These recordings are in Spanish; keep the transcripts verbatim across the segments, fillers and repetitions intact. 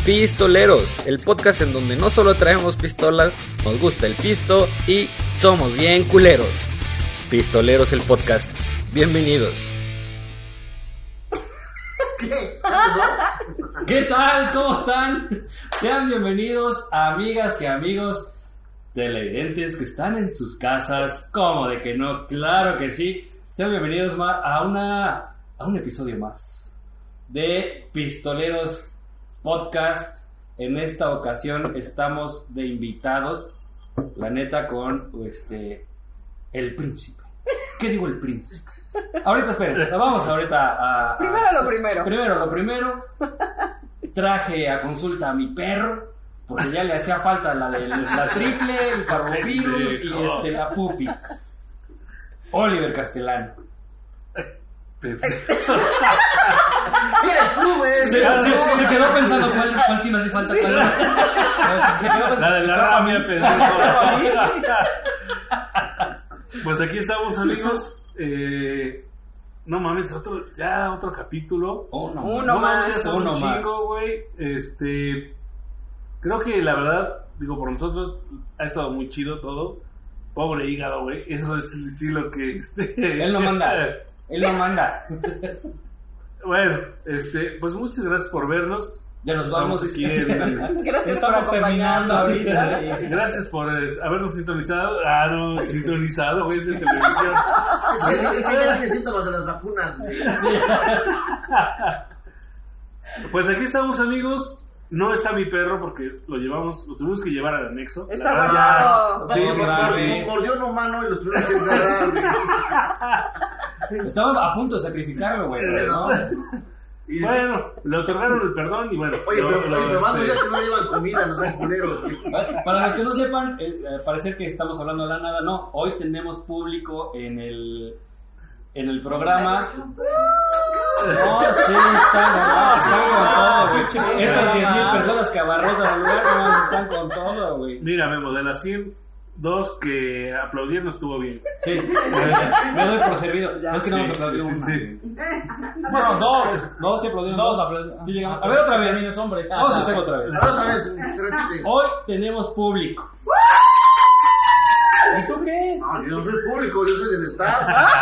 Pistoleros, el podcast en donde no solo traemos pistolas, nos gusta el pisto y somos bien culeros. Pistoleros, el podcast. Bienvenidos. ¿Qué? ¿Qué tal? ¿Cómo están? Sean bienvenidos, amigas y amigos televidentes que están en sus casas. ¿Cómo de que no? Claro que sí. Sean bienvenidos a una a un episodio más de Pistoleros Podcast. En esta ocasión estamos de invitados, la neta, con este el príncipe. ¿Qué digo el príncipe? Ahorita esperen, vamos ahorita a, a Primero lo primero. Primero lo primero. Traje a consulta a mi perro porque ya le hacía falta la de la triple, el parvovirus y este la pupi. Oliver Castellano. Si eres tú, güey. Se, se, se, se quedó pensando cuál, cuál sí me hace falta. Cuál no. Se quedó La de la rabia, pendejo. Pues aquí estamos, amigos. Eh, no mames, otro, ya otro capítulo. Uno, Uno no, más. Ya son Uno un más. chingo, güey. Este, creo que la verdad, digo, por nosotros ha estado muy chido todo. Pobre hígado, güey. Eso es sí lo que este. Él lo manda. Él lo manda. Bueno, este, pues muchas gracias por vernos. Ya nos vamos. Estamos aquí en- Gracias por Estamos terminando acompañarnos. ahorita. Gracias por eh, habernos sintonizado. Ah, no, sintonizado, güey, es de televisión. Es que, es que ya tiene síntomas de las vacunas, güey. Pues aquí estamos, amigos. No está mi perro porque lo llevamos, lo tuvimos que llevar al anexo. Está La verdad, guardado. Sí, Vamos sí, otra sí. vez. Mordió un humano y lo tuvieron que encerrar, güey. Estaba a punto de sacrificarlo, güey. ¿No? Y- Bueno, le otorgaron el perdón y bueno. Oye, lo- pero, lo, oye, pero más este, días que no llevan comida, no son culeros, güey. Para los que no sepan, eh, eh, parece que estamos hablando de la nada. No, hoy tenemos público en el en el programa. No, sí, están, no, están con todo, güey. Estas diez mil personas que abarrotan el lugar no, están con todo, güey. Mira, Memo, de las cien, dos que aplaudieron estuvo bien. Sí, me doy por servido. No es que no nos Sí, aplaudió sí, una. sí. Bueno, dos. Dos sí aplaudieron. Dos aplaudieron. Sí, llegamos. A ver, otra vez. hombre. Vamos a hacer otra vez. Ahora otra vez, se repite. Hoy tenemos público. ¿Y tú qué? No, yo no soy público, yo soy del staff.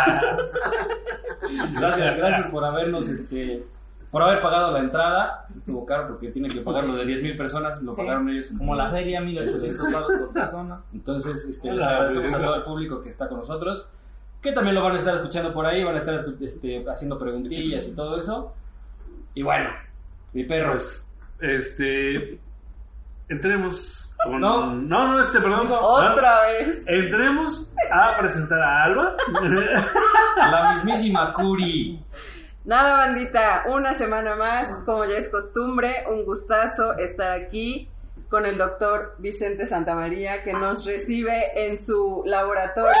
Gracias, gracias por habernos, este, por haber pagado la entrada. Estuvo caro porque tiene que pagar lo de diez mil personas, lo Sí. pagaron ellos. Como la feria, mil ochocientos baros por persona. Entonces, este, les Hola, agradecemos a hola. todo el público que está con nosotros, que también lo van a estar escuchando por ahí, van a estar este, haciendo preguntillas y todo eso. Y bueno, mi perro es... Este. Entremos. Con, No. no, no, este, perdón. Otra vez. Entremos a presentar a Alba. La mismísima Curi. Nada, bandita, una semana más, como ya es costumbre, un gustazo estar aquí con el doctor Vicente Santamaría, que nos recibe en su laboratorio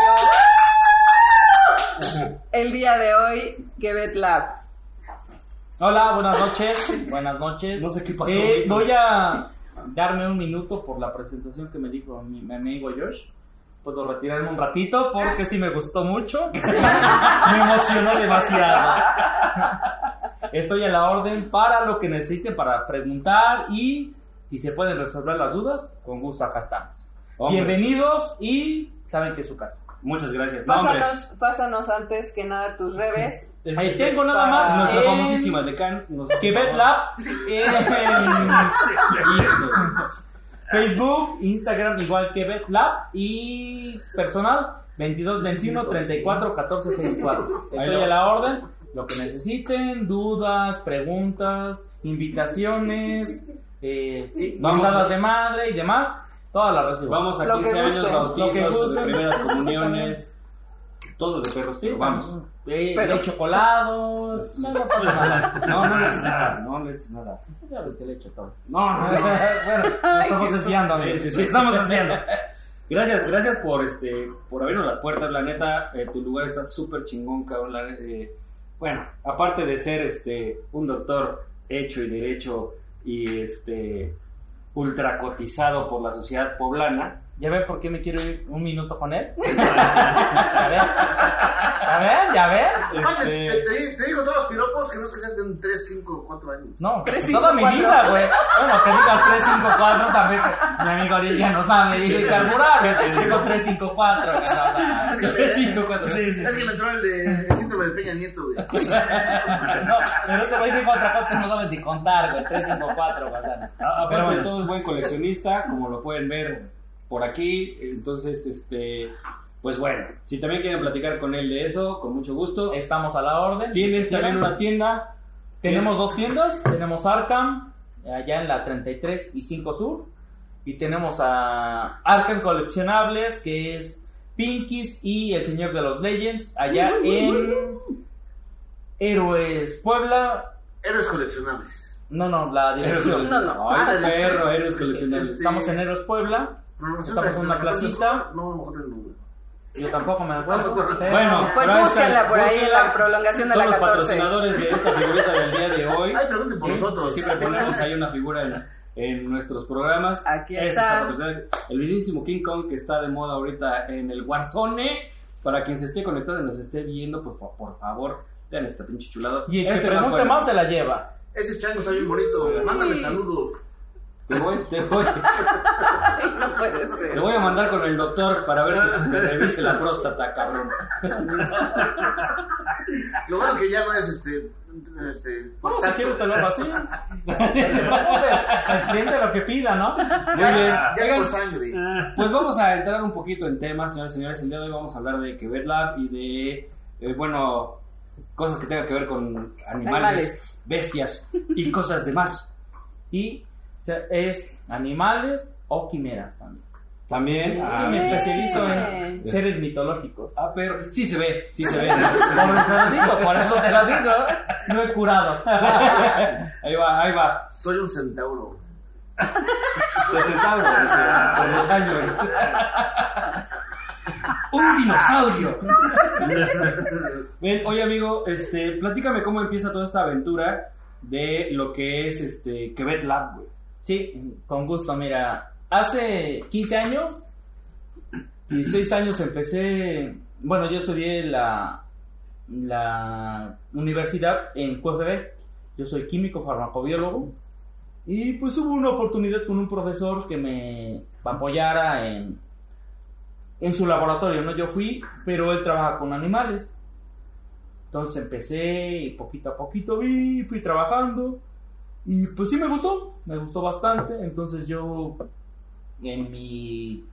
el día de hoy, Quebec Lab. Hola, buenas noches. Buenas noches. No sé qué pasó. Eh, voy a darme un minuto por la presentación que me dijo mi, mi amigo Josh. Puedo retirarme un ratito porque sí me gustó mucho. Me emocionó demasiado. Estoy a la orden para lo que necesiten, para preguntar y si se pueden resolver las dudas, con gusto acá estamos. Hombre. Bienvenidos y saben que es su casa. Muchas gracias. No, hombre. Pásanos, pásanos antes que nada tus redes. Este, Ahí tengo nada más. para- Nuestra en famosísima Decan. nos hace Quebec favor. Lab en Hijo. Facebook, Instagram igual Quebec Lab y personal veintidós veintiuno treinta y cuatro catorce sesenta y cuatro. Ahí Estoy lo- a la orden, lo que necesiten, dudas, preguntas, invitaciones, eh, Vamos mentadas a- de madre y demás, todas las recibo. Vamos a Lo que quince años, gusten. Lo que bautizos, gusten. primeras comuniones, todo de perros, Sí, pero vamos. Eh, Pero- leche colado, no, no pasa nada. No, no le eches nada, no le eches nada. Ya ves que le echo todo. No, no, no. Bueno, nos estamos desviando, Sí, amigos. sí, sí. Estamos desviando. Gracias, gracias por este, por abrirnos las puertas, la neta, eh, tu lugar está súper chingón, cabrón, la neta, eh, bueno, aparte de ser este un doctor hecho y derecho y este ultra cotizado por la sociedad poblana, ¿Ya ven por qué me quiero ir un minuto con él? ¿Ya ven? ¿Ya ven? ¿Ya ven? Oye, Este- te, te, te digo todos los piropos que no escuchaste en tres, cinco, cuatro años. No, Tres, cinco, toda mi cuatro. vida, güey. Bueno, que digas tres cinco cuatro también. Que mi amigo Ariel ya no sabe ir carburar. Que te digo tres cinco cuatro. Que no sabe. tres cinco cuatro. Sí, sí. Es que me entró el de el síndrome de Peña Nieto, güey. No, pero ese güey dijo otra cosa que no sabes ni contar, güey. tres cinco cuatro, o sea. A- Aparte Pero de bueno. todo es buen coleccionista, como lo pueden ver por aquí. Entonces, este, pues bueno, si también quieren platicar con él de eso, con mucho gusto. Estamos a la orden. Tienes ¿Quieran? también una tienda. que Tenemos es- dos tiendas. Tenemos Arkham, allá en la treinta y tres y cinco Sur. Y tenemos a Arkham Coleccionables, que es Pinkies y El Señor de los Legends, allá en Héroes Puebla. Héroes coleccionables. No, no, la dirección. No, no. Ay, Ah, de perro, la- eres coleccionable. Este- Estamos en Héroes Puebla. Promoción Estamos de- en una de la Casa del placita. Sol. No, a lo mejor el número. Yo tampoco me acuerdo. Ah, correcto. pero- Bueno, Pues pero ahí está, búsquenla por ahí en búsquenla. la prolongación de Son la los catorce. patrocinadores de esta figurita del día de hoy. Ay, pregunten por Sí, nosotros. Siempre ponemos ahí una figura en, en nuestros programas. Aquí Este está. patrocinador, el mismísimo King Kong, que está de moda ahorita en el Warzone. Para quien se esté conectando y nos esté viendo, por, fa- por favor, vean esta pinche chulada. Y el que Este pregunte bueno. más se la lleva. Ese chango está bien bonito. Mándale saludos. Te voy, te, voy, No puede te ser. voy a mandar con el doctor para ver que te revise la próstata, cabrón. Lo bueno que ya no es este. este No, si contacto. quieres te lo hago así. No se preocupe. El cliente lo que pida, ¿no? Muy Ya, bien. ya es Oigan, por sangre. pues vamos a entrar un poquito en temas, señores y señores. El día de hoy vamos a hablar de Quebec Lab y de, eh, bueno, cosas que tengan que ver con animales, Animales. bestias y cosas demás. Y se- es animales o quimeras también. También. Yo Ah, me Bien. especializo en seres mitológicos. ah, pero sí se ve, sí se ve. Por eso te lo digo, por eso te lo digo. No he curado. Ahí va, ahí va. Soy un centauro. Sesentavo, dice, con los años. Un dinosaurio. Ven, oye amigo, este, platícame cómo empieza toda esta aventura de lo que es este Quebec Lab, güey. Sí, con gusto. Mira, hace quince años, dieciséis años empecé. Bueno, yo estudié la, la universidad en Q F B. Yo soy químico farmacobiólogo. Y pues hubo una oportunidad con un profesor que me apoyara en, en su laboratorio, ¿no? Yo fui, pero él trabaja con animales. Entonces empecé y poquito a poquito vi, fui trabajando. Y pues sí me gustó, me gustó bastante. Entonces yo, en mi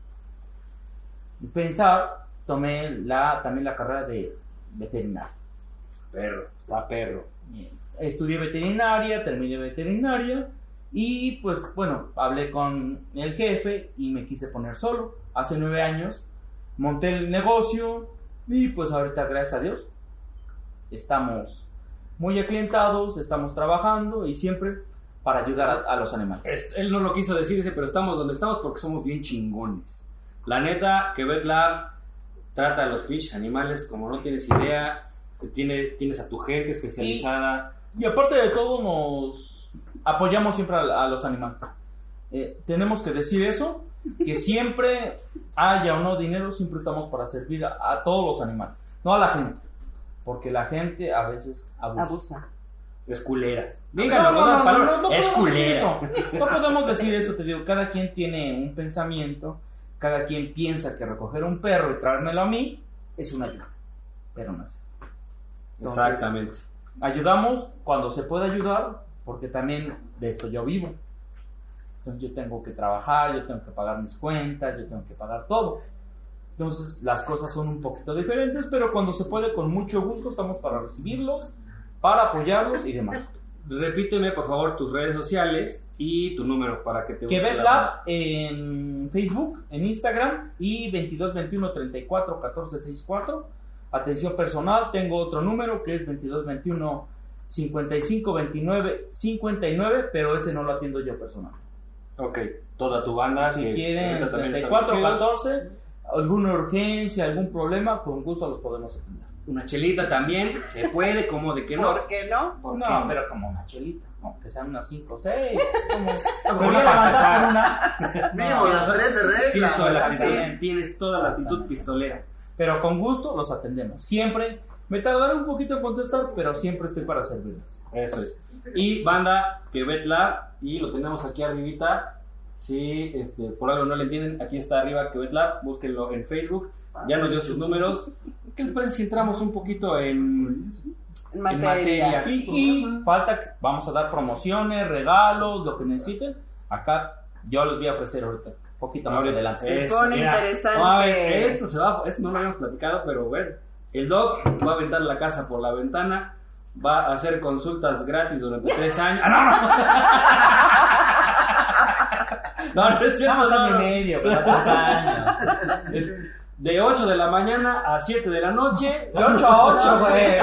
pensar, tomé la, también la carrera de veterinario. Perro, está perro. Estudié veterinaria, terminé veterinaria. Y pues bueno, hablé con el jefe y me quise poner solo. Hace nueve años monté el negocio y pues ahorita, gracias a Dios, estamos muy aclientados, estamos trabajando y siempre para ayudar a, a los animales. Es- Él no lo quiso decirse, pero estamos donde estamos porque somos bien chingones. La neta, Quebec Lab trata a los pinches animales como no tienes idea. Tiene, tienes a tu gente especializada. Y aparte de todo, nos apoyamos siempre a, a los animales. Eh, tenemos que decir eso, que siempre haya o no dinero, siempre estamos para servir a, a todos los animales, no a la gente, porque la gente a veces abusa. Abusa. Es culera. No, Díganlo no, con no, otras no, palabras. no, no es podemos decir culera. eso. No podemos decir eso, te digo, cada quien tiene un pensamiento, cada quien piensa que recoger un perro y traérmelo a mí es una ayuda, pero no es. Entonces, Exactamente. ayudamos cuando se puede ayudar, porque también de esto yo vivo. Entonces yo tengo que trabajar, yo tengo que pagar mis cuentas, yo tengo que pagar todo. Entonces las cosas son un poquito diferentes, pero cuando se puede, con mucho gusto, estamos para recibirlos, para apoyarlos y demás. Repíteme, por favor, tus redes sociales y tu número para que te busque Quebec la Lab en Facebook, en Instagram y veintidós veintiuno treinta y cuatro catorce sesenta y cuatro. Atención personal, tengo otro número que es veintidós veintiuno cincuenta y cinco veintinueve cincuenta y nueve, pero ese no lo atiendo yo personal. Ok, toda tu banda. Si que quieren ahorita también treinta y están cuatro chidos. catorce, alguna urgencia, algún problema, con gusto los podemos atender. Una chelita también, se puede, como de que no. ¿Por qué no? ¿Por No, qué? pero como una chelita. Aunque sean unas cinco o seis. Es como. Como Pero una ya para levantar con una. Mínimo No, las tres de regla. Tienes toda la Exactamente. actitud, tienes toda la actitud pistolera. Pero con gusto los atendemos. Siempre. Me tardaré un poquito en contestar, pero siempre estoy para servirles. Eso es. Y banda que Lab, y lo tenemos aquí arribita. Si este, por algo no le entienden, aquí está arriba que Lab, búsquenlo en Facebook. Ya nos dio sus números. ¿Qué les parece si entramos un poquito en, En en materia. materia? Y, y falta que vamos a dar promociones, regalos, lo que necesiten. Acá yo les voy a ofrecer ahorita, un poquito más Ahorita. adelante. Se Eso, pone mira. interesante. A ver, esto se va, esto no lo habíamos platicado, pero bueno, el Doc va a aventar la casa por la ventana, va a hacer consultas gratis durante tres años. ¡Ah, no, no! No, no es cierto, Estamos no, año no. y medio, pero tres años. Es de ocho de la mañana a siete de la noche. De ocho a ocho, güey.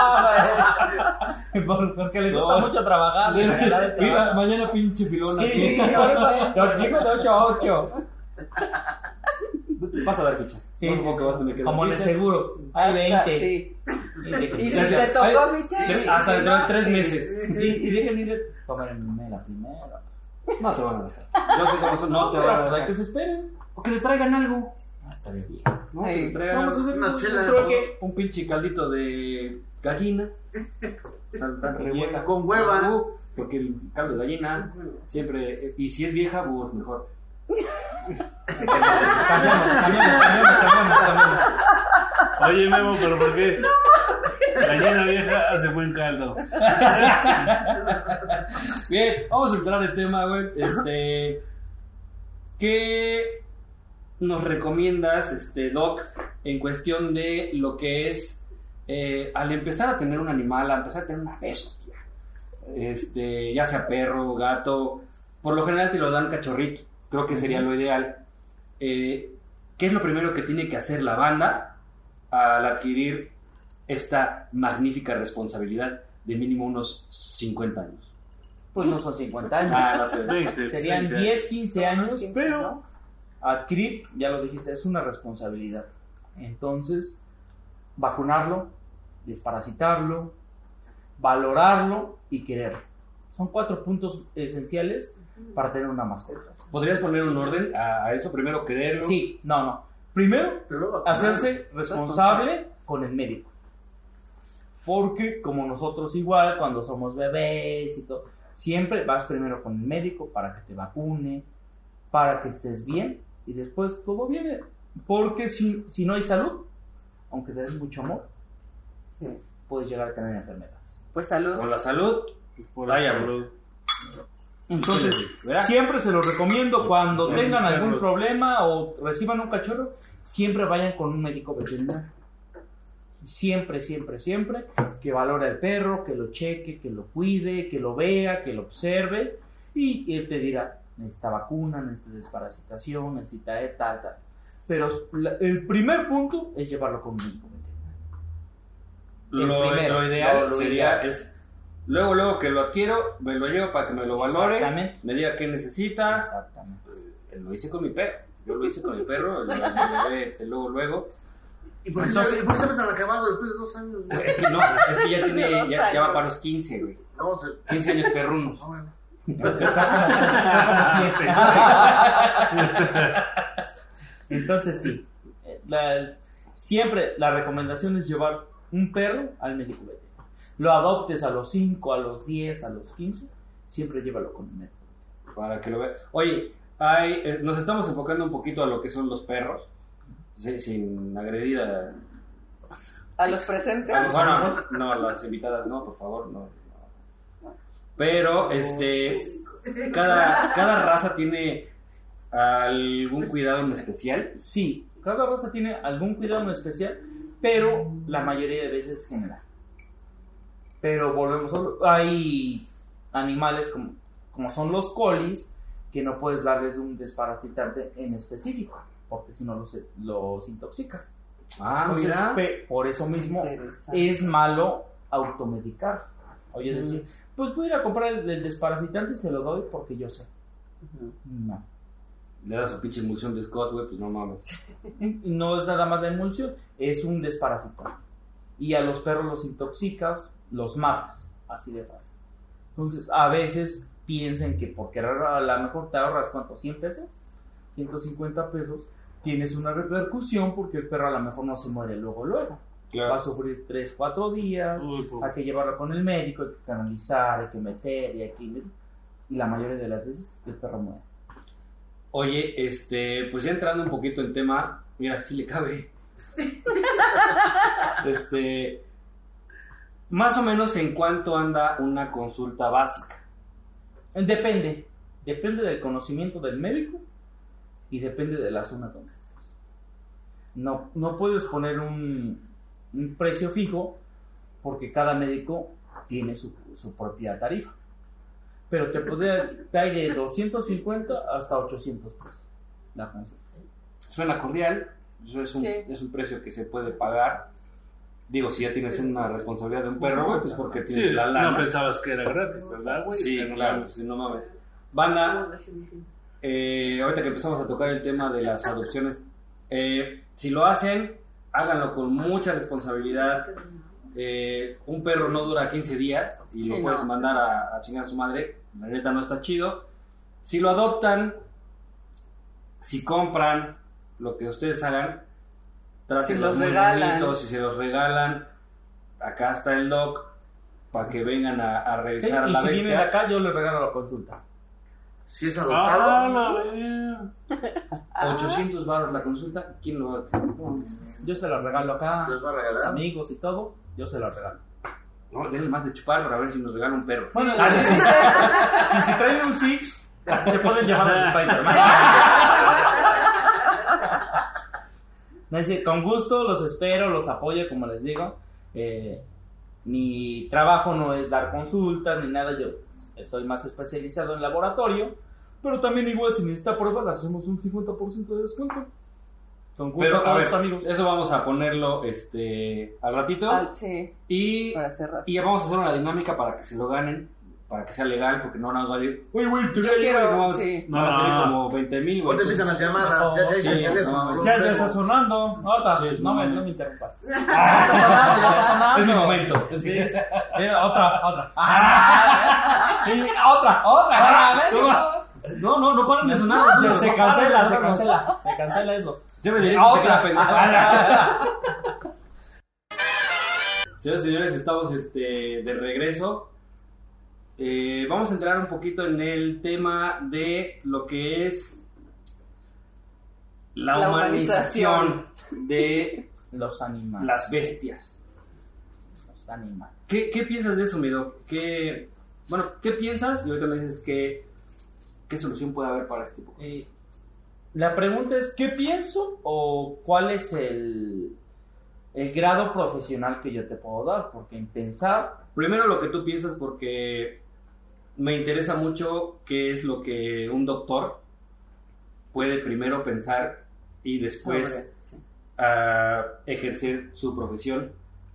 No, güey. Porque le gusta No. mucho trabajar. Sí, güey, la de mira, trabajo. mañana pinche filón Sí, aquí. por eso. Los chicos de ocho a ocho. Vas a dar fichas. Sí, no sí, supongo que sí. vas a tener que dar Como en el fichas. seguro. Hay Hasta- veinte. sí. Y, ¿Y si Gracias. te tocó Ay, ficha? tres- Sí, Hasta sí, dentro de no, tres sí. meses. y, y dejen ir. Tomen la primera. No te van a dejar. Yo sé cómo son, no te van Pero a pues hay dejar. que se esperen. O que le traigan algo. Ah, está bien. ¿No? Ay, Que le traigan Vamos a algo. hacer Una un chela. trueque. Un pinche caldito de gallina. Saltan re Vieja. buena. Con hueva. Uh, Porque el caldo de gallina siempre. eh, Y si es vieja, pues mejor. Cambiamos, cambiamos, cambiamos, cambiamos, cambiamos. Oye, Memo, pero ¿por qué? Gallina vieja hace buen caldo. Bien, vamos a entrar en tema, güey. Este. ¿Qué nos recomiendas, este, Doc, en cuestión de lo que es eh, al empezar a tener un animal, al empezar a tener una bestia? Este, ya sea perro, gato, por lo general te lo dan cachorrito. Creo que sería lo ideal. Eh, ¿Qué es lo primero que tiene que hacer la banda al adquirir esta magnífica responsabilidad de mínimo unos cincuenta años? Pues no son cincuenta años. Ah, no sé. veinte, Serían veinte. diez, quince años, quince, pero ¿no? adquirir, ya lo dijiste, es una responsabilidad. Entonces, vacunarlo, desparasitarlo, valorarlo y quererlo. Son cuatro puntos esenciales para tener una mascota. ¿Podrías poner un orden a, a eso? Primero quererlo. Sí, no, no. Primero, Pero luego- hacerse responsable con el médico. Porque como nosotros igual, cuando somos bebés y todo, siempre vas primero con el médico para que te vacune, para que estés bien y después todo viene. Porque si, si no hay salud, aunque te des mucho amor, Sí. puedes llegar a tener enfermedades. Pues salud. Con la salud. Por Vaya, la bro. salud. Entonces, ¿verdad? siempre se los recomiendo cuando Ya, tengan mis algún perros. problema o reciban un cachorro, siempre vayan con un médico veterinario. Siempre, siempre, siempre que valore al perro, que lo cheque, que lo cuide, que lo vea, que lo observe y él te dirá, necesita vacuna, necesita desparasitación, necesita eh, tal, tal. Pero la- el primer punto es llevarlo con un médico veterinario. Lo, El primero, lo ideal lo- lo sería ideal. es luego luego que lo adquiero, me lo llevo para que me lo valore, Exactamente. me diga qué necesita. Exactamente. Eh, Lo hice con mi perro. Yo lo hice con mi perro, lo, lo llevé, este, luego luego. ¿Y por qué Entonces- se- por qué se meten acabado después de dos años? güey? Es que no, es que ya tiene Dos ya, ya va años. para los quince, güey. No, se- quince años perrunos. no, bueno. Porque son como- son como siete. Entonces sí, eh, la- siempre la recomendación es llevar un perro al médico veterinario. Lo adoptes a los cinco, a los diez, a los quince, siempre llévalo con un médico. Para que lo vea. Oye, hay, eh, nos estamos enfocando un poquito a lo que son los perros, sí, sin agredir a, A los presentes. a los bueno, no, a las invitadas, no, por favor, no. no. Pero, este, cada, cada raza tiene algún cuidado en especial. Sí, cada raza tiene algún cuidado en especial, pero la mayoría de veces es general. Pero volvemos a lo- hay animales como, como son los colis que no puedes darles un desparasitante en específico, porque si no los, los intoxicas. Ah, Entonces, mira. pe- por eso mismo Interesante. es malo automedicar. Oye, decir, pues voy a ir a comprar el, el desparasitante y se lo doy porque yo sé. Ujú. No. Le da su pinche emulsión de Scott, güey, pues no mames. Y no es nada más la emulsión, es un desparasitante. Y a los perros los intoxicas, los matas, así de fácil. Entonces, a veces piensan que porque a lo mejor te ahorras, ¿cuánto? ¿cien pesos? ciento cincuenta pesos, tienes una repercusión porque el perro a lo mejor no se muere luego, luego. Claro. Va a sufrir tres, cuatro días, Uy, pobre. hay que llevarlo con el médico, hay que canalizar, hay que meter y hay que... Y la mayoría de las veces el perro muere. Oye, este, pues ya entrando un poquito en tema, mira, si le cabe. Este, más o menos en cuánto anda una consulta básica. Depende, depende del conocimiento del médico y depende de la zona donde estés. No, no puedes poner un, un precio fijo porque cada médico tiene su, su propia tarifa. Pero te puede caer de doscientos cincuenta hasta ochocientos pesos la consulta. Suena cordial, eso es un, Sí. es un precio que se puede pagar. Digo, si ya tienes una responsabilidad de un perro, güey, pues porque tienes Sí, la lana. no pensabas que era gratis, ¿verdad, güey? Sí, O sea, no claro, mames. si no mames. Banda, eh, ahorita que empezamos a tocar el tema de las adopciones, eh, si lo hacen, háganlo con mucha responsabilidad. Eh, un perro no dura quince días y Sí, lo puedes no. mandar a, a chingar a su madre. La neta no está chido. Si lo adoptan, si compran, lo que ustedes hagan, traten Si los muy regalan. bonitos, si se los regalan, acá está el doc para que vengan a, a revisar a Y la si vienen bestia. acá, yo les regalo la consulta. Si es Ah, adoptado. la verga. ochocientos baros la consulta, ¿quién lo va a hacer? Yo se las regalo acá, ¿Les va a a regalar? los amigos y todo, yo se las regalo. No, denle más de chupar para ver si nos regala un perro. Bueno, Ah, y, y si traen un Six, se pueden llevar al Spider-Man. No, es decir, con gusto los espero, los apoyo, como les digo. Eh, mi trabajo no es dar consultas ni nada, yo estoy más especializado en laboratorio, pero también igual si necesita pruebas, le hacemos un cincuenta por ciento de descuento. Con gusto Pero a a todos ver, los amigos. eso vamos a ponerlo este al ratito. Ah, sí, y, para cerrar. y vamos a hacer una dinámica para que se lo ganen, para que sea legal, porque no nos va a decir, uy, güey, te Yo gané, quiero, güey", no vamos- sí. van a salir No. como veinte mil, güey. Ahorita empiezan las llamadas. Ya, ya, Sí, ya, ya, ya, no mames. los Ya, ya perros. está sonando. Ahorita, Sí, no, no me, mames. no me interrumpa. Ya está sonando, ya está sonando. Es mi momento. Sí. Mira, otra, otra. Ah, y otra, otra. Ah, No, no, no paran de sonar. Ya, No, se no cancela, paran de se sonar. cancela. Se cancela eso. Se me diría Ah, que se queda otra. pendejo. Señoras y señores, estamos este, de regreso. Eh, vamos a entrar un poquito en el tema de lo que es la, La humanización de Los animales. las bestias. Los animales. ¿Qué, qué piensas de eso, Mido? ¿Qué, bueno, ¿qué piensas? Y ahorita me dices qué, qué solución puede haber para este tipo. Eh, la pregunta es, ¿qué pienso o cuál es el, el grado profesional que yo te puedo dar? Porque en pensar, Primero lo que tú piensas, porque me interesa mucho qué es lo que un doctor puede primero pensar y después Sobre, sí. ah, ejercer su profesión.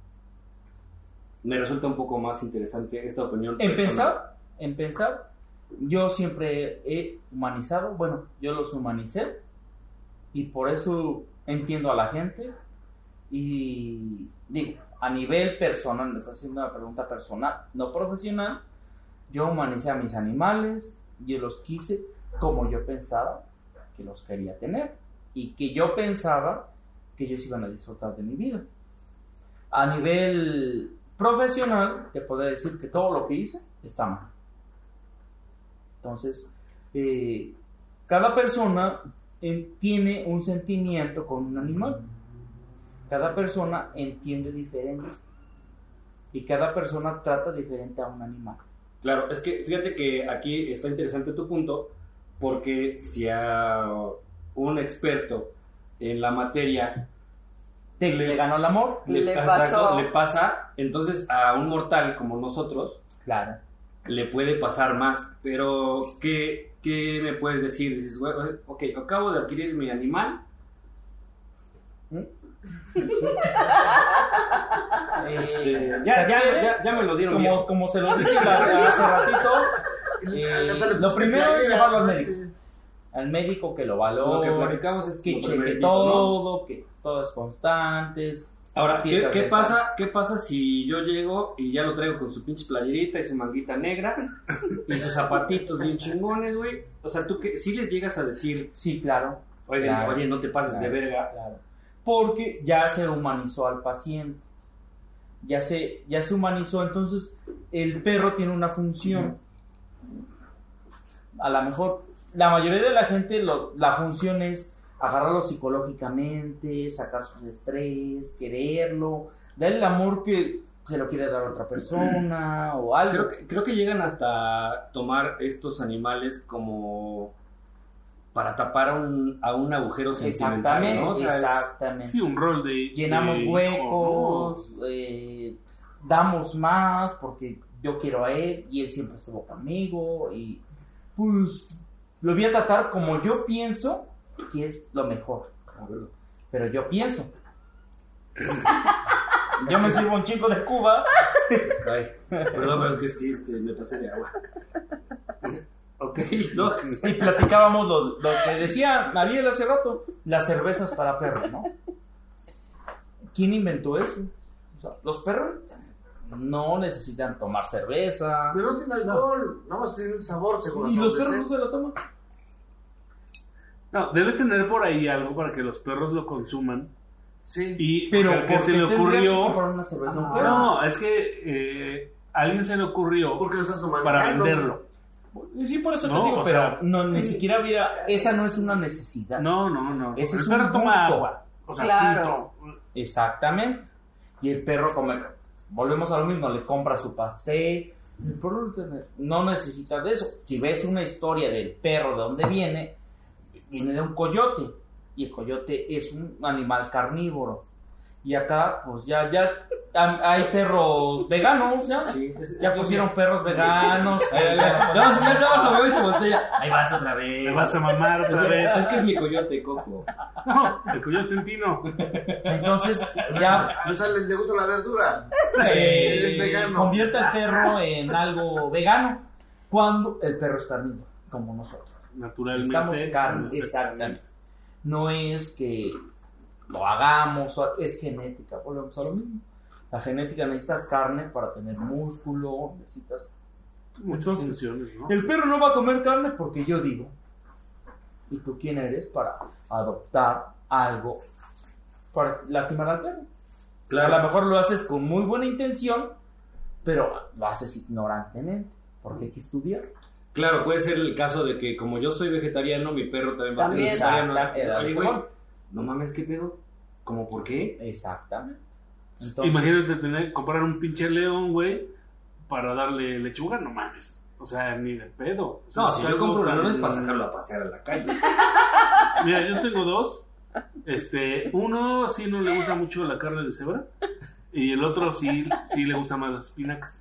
Me resulta un poco más interesante esta opinión en personal. pensar, en pensar, yo siempre he humanizado, bueno, yo los humanicé y por eso entiendo a la gente y digo, a nivel personal, me está haciendo una pregunta personal, no profesional, yo humanicé a mis animales, yo los quise como yo pensaba que los quería tener y que yo pensaba que ellos iban a disfrutar de mi vida. A nivel profesional, te puedo decir que todo lo que hice está mal. Entonces, eh, cada persona eh, tiene un sentimiento con un animal. Cada persona entiende diferente. Y cada persona trata diferente a un animal. Claro, es que fíjate que aquí está interesante tu punto, porque si a un experto en la materia Te, le ganó el amor. le, Le exacto, pasó. le pasa, entonces a un mortal como nosotros Claro. le puede pasar más. Pero, ¿qué, qué me puedes decir? Dices, güey, ok, acabo de adquirir mi animal. Este, Eh, ya, se ya, adquiere, ya, ya me lo dieron como, viejo. como se los dije la- hace ratito, eh, lo primero es llevarlo al médico. Al médico que lo Lo que valore, platicamos es que lo cheque primerito, ¿no? todo, que todo es constante. Ahora, ¿qué, Piezas qué de pasa, ¿qué pasa si yo llego y ya lo traigo con su pinche playerita y su manguita negra y sus zapatitos bien chingones, güey? O sea, tú que si les llegas a decir, Sí, claro. oye, Claro, oye, no te pases claro, de verga. Claro. Porque ya se humanizó al paciente. Ya se, ya se humanizó, entonces el perro tiene una función. A lo mejor la mayoría de la gente lo, la función es agarrarlo psicológicamente, sacar su estrés, quererlo, darle el amor que se lo quiere dar a otra persona o algo. Creo que, creo que llegan hasta tomar estos animales como para tapar a un, a un agujero sentimental, Exactamente, ¿no? O sea, es- exactamente. Sí, un rol de... Llenamos de hijo, huecos, eh, damos más porque yo quiero a él y él siempre estuvo conmigo y pues lo voy a tratar como yo pienso que es lo mejor. Pero yo pienso. Yo me sirvo un chico de Cuba. Ay, perdón, pero es que sí, este, me pasé de agua. Ok, no. Y platicábamos lo, lo que decía Ariel hace rato, las cervezas para perros, ¿no? ¿Quién inventó eso? O sea, los perros no necesitan tomar cerveza. Pero no tiene alcohol, nada más tiene el sabor, según Y las los ondas, perros no ¿eh? se lo toman. No, debe tener por ahí algo para que los perros lo consuman. Sí. Y Pero al que se le ¿por qué tendrías que ocurrió... comprar una cerveza a un perro? No, es que eh, a alguien se le ocurrió Porque lo estás humanizando. para venderlo. Sí, por eso No, te digo, o pero sea, no, ni siquiera hubiera, esa no es una necesidad. No, no, no. Ese el es perro un toma gusto. agua. O sea, Claro. punto. Exactamente. Y el perro come, volvemos a lo mismo, le compra su pastel. El perro no necesita de eso. Si ves una historia del perro, de dónde viene, viene de un coyote. Y el coyote es un animal carnívoro. Y acá, pues ya, ya hay perros veganos, ya. Sí, es- Ya es- pusieron perros veganos. Eh, ya, no, señor, no, lo veo y se voltea. Ahí vas otra Me vez. vas a mamar otra vez. Es que es mi coyote, cojo. No, el coyote en pino. Entonces, ya No sale, le gusta la verdura. eh, Es vegano. convierte al perro en algo vegano cuando el perro es carnívoro, como nosotros. Naturalmente. Necesitamos carne, exactamente. No es que lo hagamos, o- es genética, volvemos a lo mismo. La genética, necesitas carne para tener músculo, necesitas... Muchas Entonces, funciones, ¿no? el perro no va a comer carne porque yo digo. ¿Y tú quién eres para adoptar algo para lastimar al perro? Claro. A lo mejor lo haces con muy buena intención, pero lo haces ignorantemente, porque hay que estudiar. Claro, puede ser el caso de que como yo soy vegetariano, mi perro también va a ser También. vegetariano. Exactamente. Oye, güey, no mames, ¿qué pedo? ¿Cómo por qué? Exactamente. Entonces, Imagínate tener, comprar un pinche león, güey, para darle lechuga, no mames. O sea, ni de pedo. O sea, No, si yo algo compro tan- leones para sacarlo a pasear a la calle. Mira, yo tengo dos. Este, uno sí no le gusta mucho la carne de cebra. Y el otro sí, sí le gusta más las espinacas.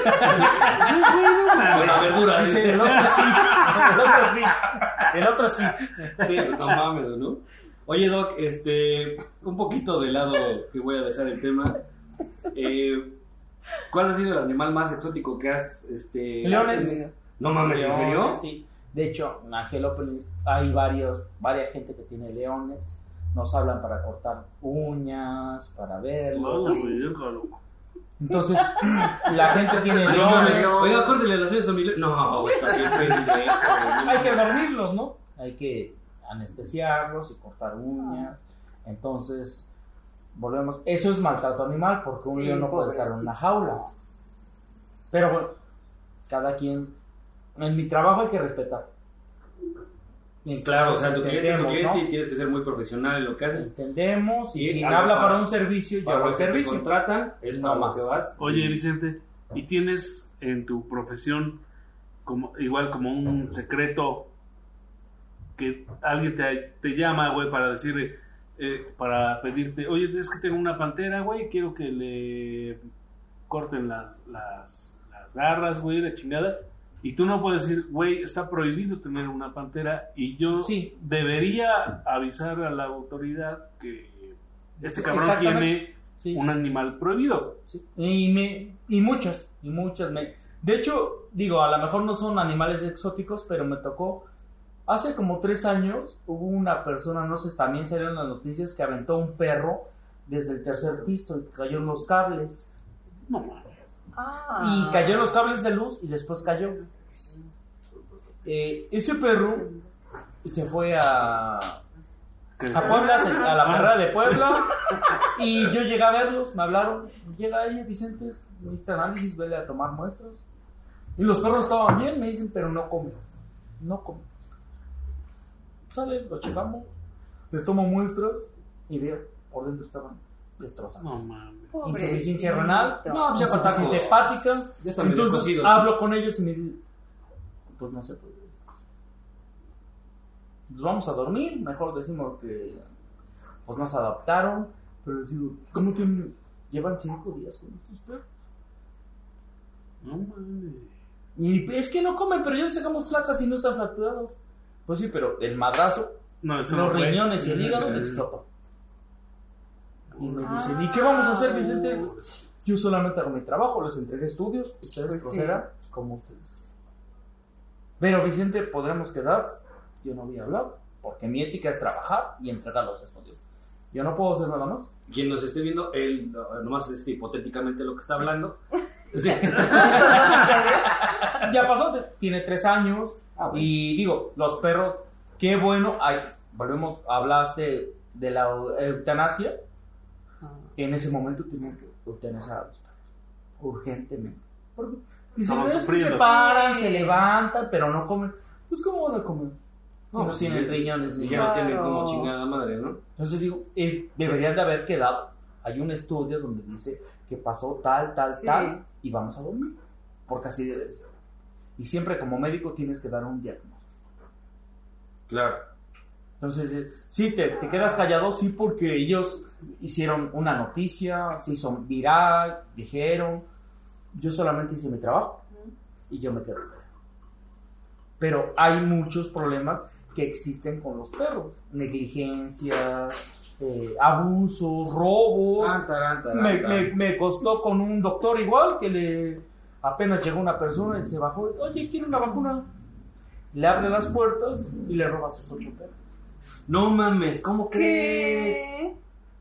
Bueno, verdura, dice, dice. el otro sí, el otro sí, el otro sí. Sí, pues no mames, ¿no? Oye, Doc, este, un poquito de lado que voy a dejar el tema. Eh, ¿Cuál ha sido el animal más exótico que has, este... Leones. No mames, ¿en serio? Leones, sí. De hecho, en Angelópolis hay varios, varias gente que tiene leones. Nos hablan para cortar uñas, para verlo. Hola, güey, yo loco. Entonces, la gente tiene No mames, leones. oiga, córtele las uñas a mi león. No, está bien pendejo. Hay que dormirlos, ¿no? Hay que anestesiarlos y cortar uñas. Entonces, volvemos. Eso es maltrato animal porque un Sí, león no puede estar en pobrecito. una jaula. Pero bueno, cada quien. En mi trabajo hay que respetar. Claro, o sea, tu cliente es tu Entendemos, cliente ¿no? y tienes que ser muy profesional en lo que haces. Entendemos. Y Y si algo habla para- para un servicio, yo Para hago lo el que te servicio. contratan, es No para lo más. que vas. Oye, Vicente, ¿y tienes en tu profesión como igual como un secreto que alguien te, te llama, güey, para decirle, eh, para pedirte, oye, es que tengo una pantera, güey, quiero que le corten la- las, las garras, güey, la chingada? Y tú no puedes decir, güey, está prohibido tener una pantera y yo Sí. debería avisar a la autoridad que este cabrón Exactamente. tiene Sí, un sí. animal prohibido. Sí. Y, me, y muchas, y muchas. Me, de hecho, digo, a lo mejor no son animales exóticos, pero me tocó, hace como tres años, hubo una persona, no sé, también salieron las noticias, que aventó un perro desde el tercer piso y cayó en los cables. No mames. Ah. Y cayó en los cables de luz y después cayó. Eh, ese perro se fue a, a Puebla, se- a la perrera de Puebla, y yo llegué a verlos, me hablaron, llega ahí Vicente, necesita análisis, vele a tomar muestras. Y los perros estaban bien, me dicen, pero no comen, no comen. Sale, lo checamos, les tomo muestras y veo, por dentro estaban destrozados. No mames. Insuficiencia renal, No, ya insuficiencia patacos. hepática. Ya están medio Entonces cocidos. hablo con ellos y me dicen, pues no se puede decir eso. Nos vamos a dormir, mejor decimos que pues nos adaptaron, pero les digo, ¿cómo tienen? Llevan cinco días con estos perros. No mames. Y es que no comen, pero ya les sacamos placas y no están fracturados. Pues sí, pero el madrazo, No, eso los no fue. riñones y el hígado Mm. explotó. Y me dicen, ¿y qué vamos a hacer, Vicente? Yo solamente hago mi trabajo, les entregué estudios, ustedes Pues procedan como ustedes quieran. Pero Vicente, podremos quedar, yo no voy a hablar, porque mi ética es trabajar y entregar los estudios. Yo no puedo hacer nada más. Quien nos esté viendo, él no, nomás es hipotéticamente lo que está hablando. Sí. ¿Esto no sucedió? Ya pasó, tiene tres años, Ah, bueno. y digo, los perros, qué bueno, hay, volvemos, hablaste de la eutanasia, en ese momento tenían que eutanasiar a los perros, urgentemente. Porque dicen, Estaban es que se sufriendo. paran, Sí. se levantan, pero no comen. Pues, ¿cómo van a comer? Si no, pues, tienen sí, riñones. Si ni ya nada. no tienen Claro. como chingada madre, ¿no? Entonces digo, eh, deberían de haber quedado. Hay un estudio donde dice que pasó tal, tal, Sí. tal, y vamos a dormir, porque así debe de ser. Y siempre como médico tienes que dar un diagnóstico. Claro. Entonces, eh, sí, te, te quedas callado, sí, porque ellos hicieron una noticia, se hizo viral, dijeron, yo solamente hice mi trabajo y yo me quedo callado. Pero hay muchos problemas que existen con los perros, negligencias, eh, abusos, robos. Tan, tarán, tarán, Me, tarán. me, me costó con un doctor igual, que le apenas llegó una persona y se bajó, oye, quiero una vacuna. Le abre las puertas y le roba sus ocho perros. No mames, ¿cómo crees? ¿Qué?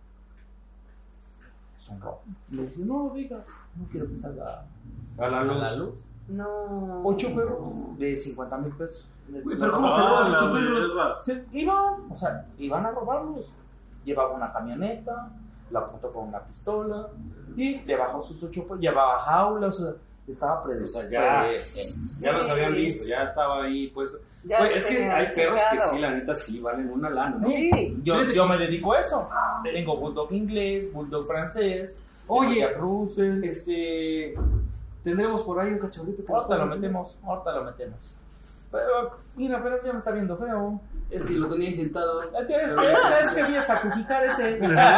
Es un robo. Le dice, no lo digas, no quiero que salga A la a luz. la luz. No. Ocho perros de cincuenta mil pesos. Güey, pero ¿cómo te robas Ah, ocho la perros? verga. Se iban, o sea, iban a robarlos. Llevaba una camioneta, la apuntó con una pistola y le bajó sus ocho perros. Llevaba jaulas, o sea, estaba pre- O sea, ya, pre- ya los habían visto, ya estaba ahí puesto. Ya Güey, lo es que tenían hay perros que checado. sí, la neta, sí valen una lana, ¿no? Sí. Yo, Fíjate yo que- me dedico a eso. Tengo bulldog inglés, bulldog francés. Oye, Jack Russell. Este. Tendremos por ahí un cachorrito que Ahorita lo nos metemos, ahorita lo metemos. Pero, mira, pero ya me está viendo feo. Es que lo tenía ahí sentado. Es que, es que voy a sacrificar ese.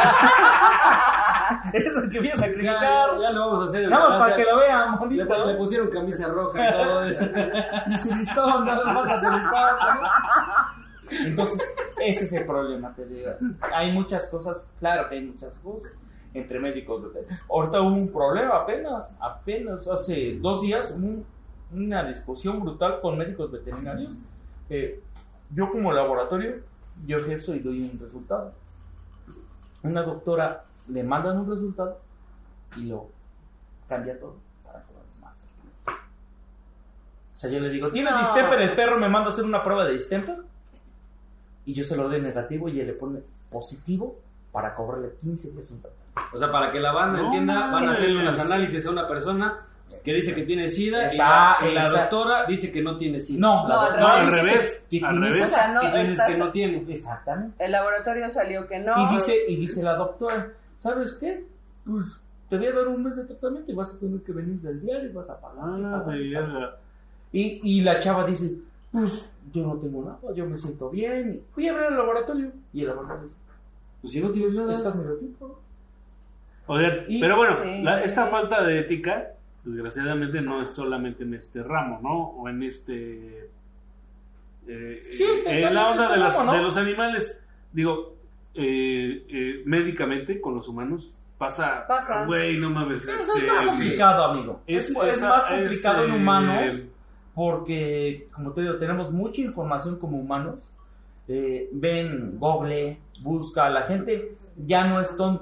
Es el que voy a Ya, sacrificar. ya lo vamos a hacer en Nada la más para casa. que lo vean, Le, bonito. le pusieron camisa roja y todo. Y su listón, nada más su listón. Entonces, ese es el problema, te digo. Hay muchas cosas, claro que hay muchas cosas entre médicos. Ahorita hubo un problema apenas, apenas hace dos días, un- una discusión brutal con médicos veterinarios. Eh, yo como laboratorio, yo ejerzo y doy un resultado. Una doctora le mandan un resultado y lo cambia todo para cobrar más. O sea, yo le digo, ¿tiene No. distemper el perro? Me manda a hacer una prueba de distemper y yo se lo doy negativo y él le pone positivo para cobrarle quince días un tratamiento. O sea, para que la banda No entienda, van a mames. hacerle unos análisis a una persona que dice que tiene SIDA y Esa- la, y la esa- doctora dice que no tiene SIDA. No, No, la al doctora al dice revés, que- que al tiene revés. O sea, no y tú dices estás- que no tiene. Exactamente. El laboratorio salió que no. Y dice, y dice la doctora, ¿sabes qué? Pues te voy a dar un mes de tratamiento y vas a tener que venir del diario y vas a pagar. y Ah, pagar, y pagar". verga. Y, y la chava dice, pues yo no tengo nada, yo me siento bien. Y voy a abrir el laboratorio. Y el laboratorio dice, Pues si no tienes nada. ¿estás negativo? Oigan, Y- pero bueno, Sí. la- esta falta de ética, desgraciadamente, no es solamente en este ramo, ¿no? O en este. eh, Sí, eh, también en la en onda este de, las- ramo, ¿no? de los animales. Digo, eh, eh, médicamente con los humanos pasa. Pasa. Güey, no mames. Eso este, es más complicado, amigo. es- Es, es esa- más complicado es, en eh, humanos porque, como te digo, tenemos mucha información como humanos. Eh, ven, Google, busca, la gente ya no es tonta.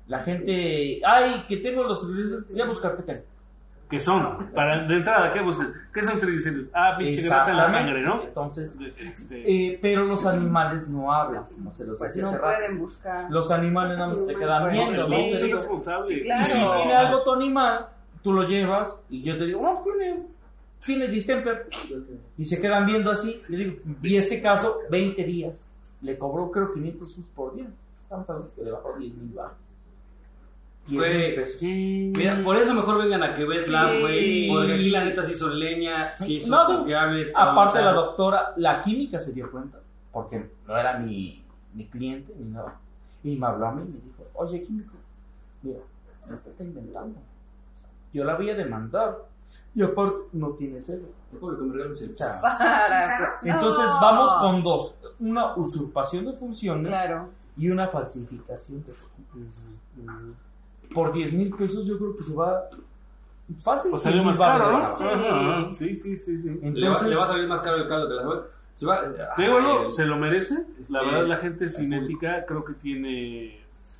La gente, ay, que tengo los triglicéridos, voy a buscar qué tengo. ¿Qué son? Para, de entrada, ¿qué buscan? ¿Qué son triglicéridos? Ah, pinche grasa en la sangre, ¿no? Entonces, Este, eh, pero los animales no hablan, como se los Pues decía no hace rato. pueden buscar. Los animales nada más te quedan Pues, viendo, ¿no? sí. es responsable. Sí, Y claro. si tiene algo tu animal, tú lo llevas y yo te digo, no, tiene, tiene distemper. Y se quedan viendo así. Y, digo, y este caso, veinte días. Le cobró creo quinientos pesos por día. Estamos hablando que le bajó diez mil baros. Güey, pesos. Mira, por eso mejor vengan a Quebec Lab, Sí. güey. Porque aquí la neta sí son leña, sí son No, confiables. Aparte cabrón, la o sea, doctora, la química se dio cuenta, porque no era mi, mi cliente ni nada. Y me habló a mí y me dijo, oye químico, mira, esta está inventando. O sea, yo la voy a demandar. Y aparte no tiene cero. Déjame que me regale un celular. O sea, Para. entonces No. vamos con dos. Una usurpación de funciones Claro. y una falsificación de funciones. Por diez mil pesos yo creo que se va fácil. O sale cien más mil caro, baros. ¿no? Ajá, sí, sí, sí, sí. Le va, Entonces, le va a salir más caro el caldo que la cebolla. Se va, Te digo algo, Ay, se lo merece. La Este, verdad, la gente cinética creo que tiene.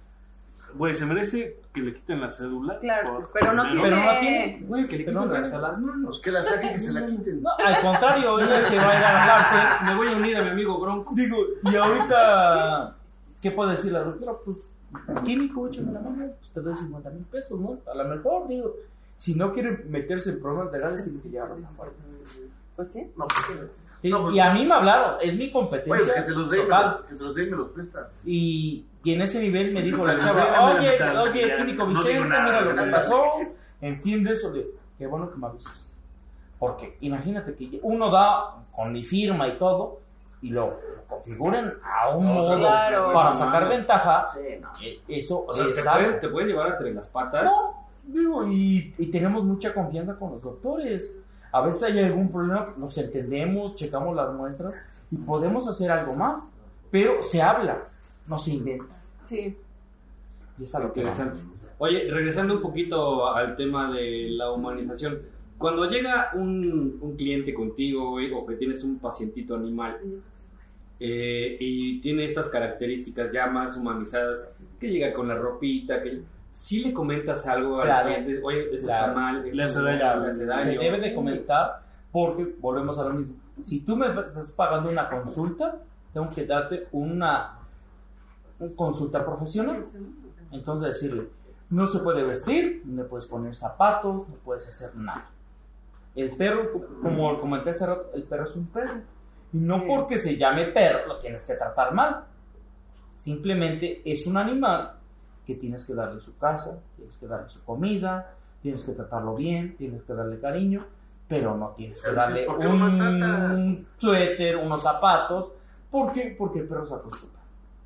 Güey, se merece que le quiten la cédula. Claro, por- pero no primero. Pero no tiene. tiene. Güey, que le Pero quiten no, hasta las manos. Pues que la saquen y se la quiten. no, al contrario, ella se va a ir a la cárcel. Me voy a unir a mi amigo Bronco. Digo, y ahorita, ¿qué puede decir la doctora? Pues, químico, échame la mano, pues te doy cincuenta mil pesos, ¿no? A lo mejor, digo, si no quiere meterse en problemas legales, tiene que llevarlo a la parte. Pues sí. No, pues, Y, no, pues, y a mí me hablaron, es mi Oye, competencia que te los den, me total. los- que te los den y me los prestan. Y, y en ese nivel me dijo la Pero chava, enséñame oye, la mitad, oye, ya, químico no digo Vicente, nada, mira lo que ya. pasó, entiende eso, le qué bueno que me avisas. Porque imagínate que uno da con mi firma y todo, y lo, lo configuren a un modo claro. para No sacar mames. ventaja, Sí, no. eh, eso O sea, es te algo. pueden, te pueden llevar entre las patas. No, digo, y, y tenemos mucha confianza con los doctores. A veces hay algún problema, nos entendemos, checamos las muestras y podemos hacer algo más, pero se habla, no se inventa. Sí. Y es a lo que Interesante. Oye, regresando un poquito al tema de la humanización. Cuando llega un, un cliente contigo, güey, o que tienes un pacientito animal, eh, y tiene estas características ya más humanizadas, que llega con la ropita, que si le comentas algo al Claro. cliente, oye, esto Claro. está mal, esto Le hace no, daño. le hace se daño. debe de comentar porque volvemos a lo mismo. Si tú me estás pagando una consulta, tengo que darte una, una consulta profesional. Entonces decirle, no se puede vestir, no le puedes poner zapatos, no puedes hacer nada. El perro, como comenté hace rato, el perro es un perro. Y no Sí. porque se llame perro lo tienes que tratar mal. Simplemente es un animal que tienes que darle su casa, tienes que darle su comida, tienes que tratarlo bien, tienes que darle cariño, pero no tienes que Pero darle ¿por qué lo maltrata? un suéter, unos zapatos. ¿Por qué? Porque el perro se acostumbra.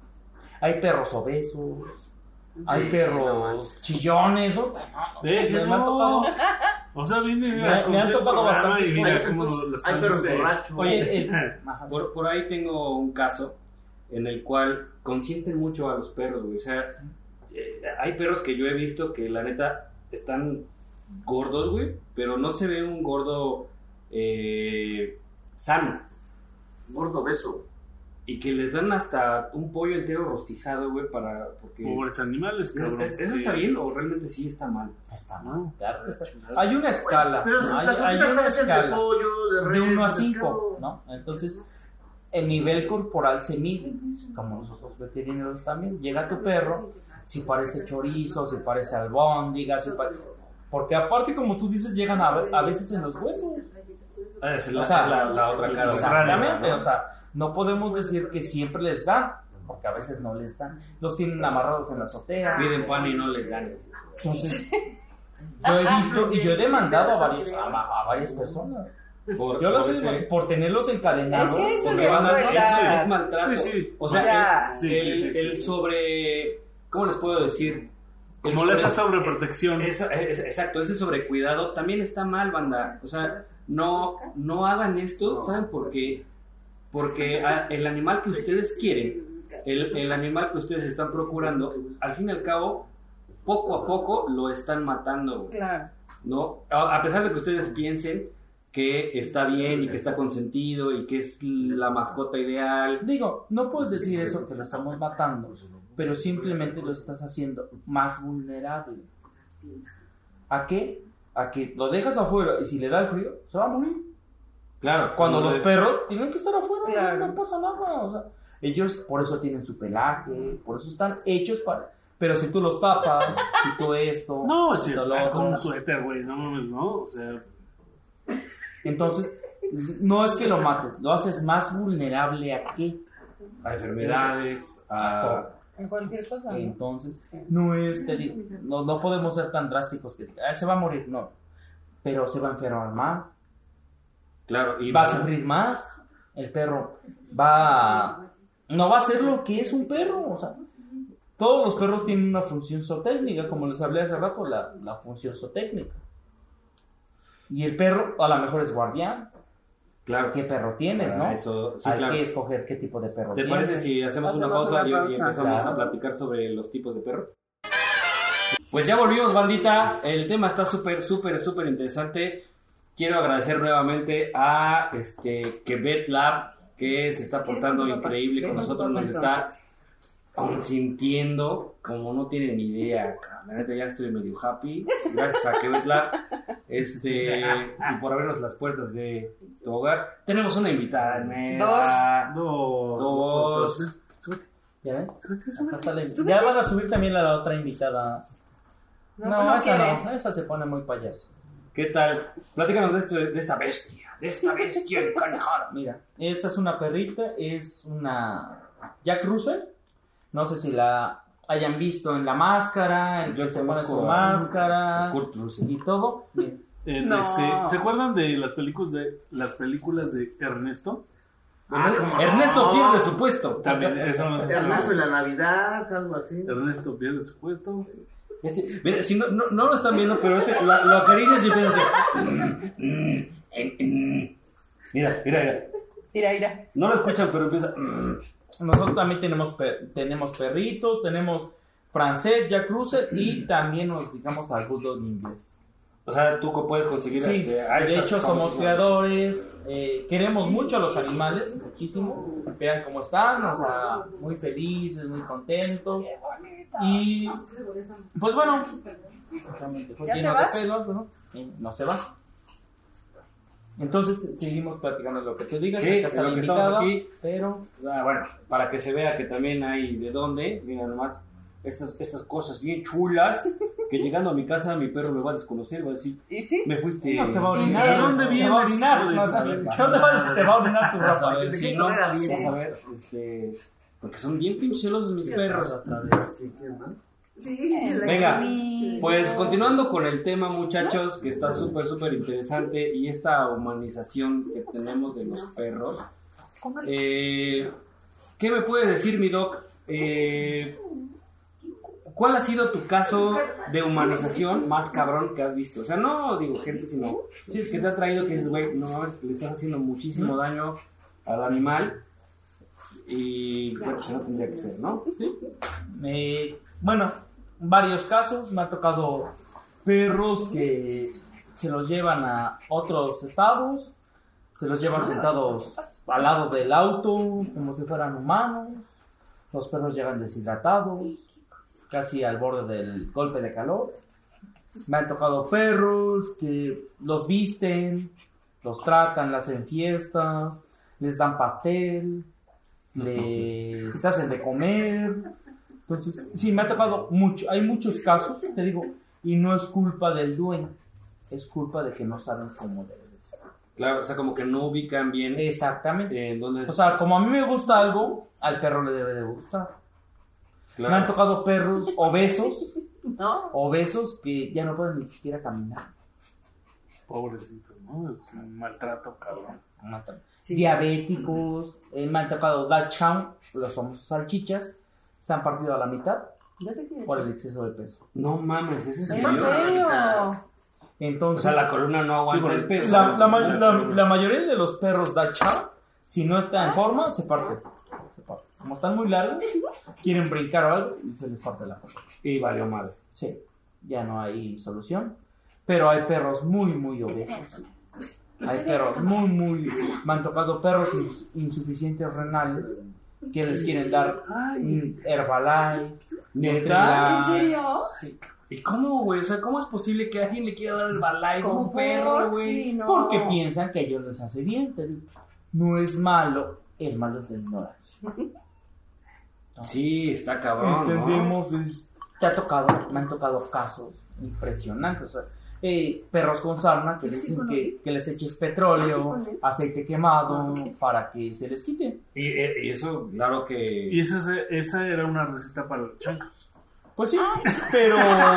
Hay perros obesos, hay Sí, perros chillones, ¿no? No, Eh, me, no. me han tocado. O sea, viene Me- a me han conocer el tocado programa bastantes y mira cosas, cómo entonces, lo Hay están, perros este, borrachos. Oye, el- ajá. Por, por ahí tengo un caso en el cual consienten mucho a los perros, güey. O sea, eh, hay perros que yo he visto que la neta están gordos, güey, pero no se ve un gordo eh, sano. Gordo beso. Y que les dan hasta un pollo entero rostizado, güey, para... Porque... Pobres animales, cabrón. ¿Es- ¿Eso está bien o realmente sí está mal? Está mal, claro que está. Hay una escala, Pero ¿no? hay, las hay sopitas una a veces de escala pollo, de de res, uno a de cinco, pescado. ¿no? Entonces, el nivel corporal se mide, como nosotros veterinarios también. Llega tu perro, si parece chorizo, si parece albóndiga, si parece... Porque aparte, como tú dices, llegan a, a veces en los huesos. Es O sea, la, la otra cara. Exactamente, ¿no? o sea, no podemos decir que siempre les dan, porque a veces no les dan. Los tienen amarrados en la azotea. Piden pan y no les dan. Entonces, yo he visto y yo he demandado a, varios, a, a varias personas. Por, Yo los por he- ese- por tenerlos encadenados. Es que eso porque ya van a- es Eso verdad. es maltrato. Sí, sí. O sea, Ya. el, Sí, sí, el- sí, sí, el sí. sobre... ¿Cómo les puedo decir? El Como esa sobreprotección. Esa- es- exacto, ese sobrecuidado también está mal, banda. O sea, no, no hagan esto, ¿saben por qué? Porque a- el animal que ustedes quieren, el, el animal que ustedes están procurando, al fin y al cabo, poco a poco lo están matando, güey, Claro. ¿no? A, a pesar de que ustedes piensen que está bien y que está consentido y que es la mascota ideal. Digo, no puedes decir eso que lo estamos matando pero simplemente lo estás haciendo más vulnerable. ¿A qué? A que lo dejas afuera y si le da el frío, se va a morir. Claro, Cuando los le- perros tienen que estar afuera, Claro. no pasa nada. O sea, ellos por eso tienen su pelaje, por eso están hechos para... Pero si tú los tapas, si tú esto... No, si si tú lo está otro, con un suéter, güey, no mames, ¿no? O sea, entonces, no es que lo mates, lo haces más vulnerable a qué. a enfermedades, a... todo. En cualquier cosa. ¿no? Entonces, no es, te digo, no, no podemos ser tan drásticos que diga, "Ah, se va a morir", no. Pero se va a enfermar más, Claro, y va a sufrir más, el perro va a- no va a ser lo que es un perro, o sea, todos los perros tienen una función zootécnica, como les hablé hace rato, la, la función zootécnica. Y el perro a lo mejor es guardián, Claro. ¿qué perro tienes, Para no? eso, sí, Hay claro. que escoger qué tipo de perro ¿Te tienes. parece si hacemos, una Hacemos pausa una y- y, pausa. empezamos Claro. a platicar sobre los tipos de perros? Pues ya volvimos, bandita. El tema está súper, súper, súper interesante. Quiero agradecer nuevamente a este Quebec Lab, que se está portando increíble con nosotros, nos está consintiendo como no tienen ni idea. cabrón. La neta, ya estoy medio happy. Gracias a Quebec Lab este, y por abrirnos las puertas de tu hogar. Tenemos una invitada nueva. dos. Dos. ¿Ya ven? Acá está la- ya van a subir también a la otra invitada. No, No, no esa quiere. no, esa se pone muy payasa. ¿Qué tal? Platícanos de, esto, de esta bestia, de esta bestia encanejada. Mira, esta es una perrita, es una Jack Russell. No sé si la hayan visto en La Máscara, en Yo que se pone conozco su a- máscara a Kurt Russell. y todo. Miren, En No. este, ¿se acuerdan de las películas de las películas de Ernesto? Ah, ¿cómo Ernesto no? pierde su puesto. También eso no se Ernesto de la Navidad, algo así. Ernesto pierde su puesto. Este, mira, si no, no, no lo están viendo, pero este lo, lo acaricias y empieza a hacer. Mira, mira, mira. Mira, mira. No lo escuchan, pero empieza. nosotros también tenemos, per- tenemos perritos, tenemos francés, Jack Russell y también nos dedicamos al bulldog inglés. O sea, tú puedes conseguir. Sí, este, a de estas hecho somos famosas- creadores, eh, queremos mucho a los animales, muchísimo. Vean cómo están, o sea, muy felices, muy contentos. Y pues bueno, realmente fue ¿Ya te lleno de vas? pelos, ¿no? Y no se va. Entonces seguimos platicando lo que tú digas. Sí, acá está lo la que estamos invitada, aquí. pero Ah, bueno, para que se vea que también hay de dónde, mira nomás, estas, estas cosas bien chulas, que llegando a mi casa mi perro me va a desconocer, va a decir, ¿Y sí? me fuiste... no te va a ¿Y orinar. de dónde Te va a vienes, orinar. hijo de No, esa ¿dónde verga? vas? Te va a orinar tu Vas a ropa. ver, ¿De si qué no, color vas viene? a ver, este... Porque son bien pinchelosos mis perros. Otra vez. ¿Y quién más? Sí, la Venga, Mi- pues continuando con el tema, muchachos, que está súper, súper interesante, y esta humanización que tenemos de los perros. Eh, ¿Qué me puede decir, mi doc? Eh, ¿Cuál ha sido tu caso de humanización más cabrón que has visto? O sea, no digo gente, sino que te ha traído que dices, güey, no mames, le estás haciendo muchísimo daño al animal y bueno, que no tendría que ser, ¿no? Eh, bueno, varios casos. Me ha tocado perros que se los llevan a otros estados, se los llevan sentados al lado del auto como si fueran humanos. Los perros llegan deshidratados, casi al borde del golpe de calor. Me han tocado perros que los visten, los tratan, les hacen fiestas, les dan pastel, les hacen de comer. Entonces, sí, me ha tocado mucho. Hay muchos casos, te digo, y no es culpa del dueño, es culpa de que no saben cómo debe de ser. Claro, o sea, como que no ubican bien Exactamente. en dónde... O sea, como a mí me gusta algo, al perro le debe de gustar. Claro. Me han tocado perros obesos, ¿No? obesos que ya no pueden ni siquiera caminar. Pobrecito, ¿no? Es un maltrato, cabrón. Sí. Diabéticos, eh, me han tocado Dachshund, los famosos salchichas, se han partido a la mitad ¿Ya te quieres? por el exceso de peso. No mames, ¿es en ¿En serio? serio? O Entonces, sea, la columna no aguanta Sí, el peso. la, la, ma- la- la mayoría de los perros Dachshund, si no está en forma, se parte. Se parte. Como están muy largos, quieren brincar o algo y se les parte la forma. Y valió mal. Sí, ya no hay solución. Pero hay perros muy, muy obesos. Hay perros muy, muy... Me han tocado perros ins- insuficientes renales que les quieren dar un Herbalife. ¿Neta? ¿En serio? Sí. ¿Y cómo, güey? O sea, ¿cómo es posible que alguien le quiera dar el balay como un perro, güey? Sí, no. Porque piensan que a ellos les hace bien. Te digo. No es malo, el malo es la ignorancia. Sí, está cabrón, ¿no? Entendemos, es- te ha tocado, me han tocado casos impresionantes. O sea, eh, perros con sarna que les dicen que, que les eches petróleo, aceite quemado para que se les quite. Y, y eso, claro que... Y esa, esa era una receta para los chancos. Pues sí, pero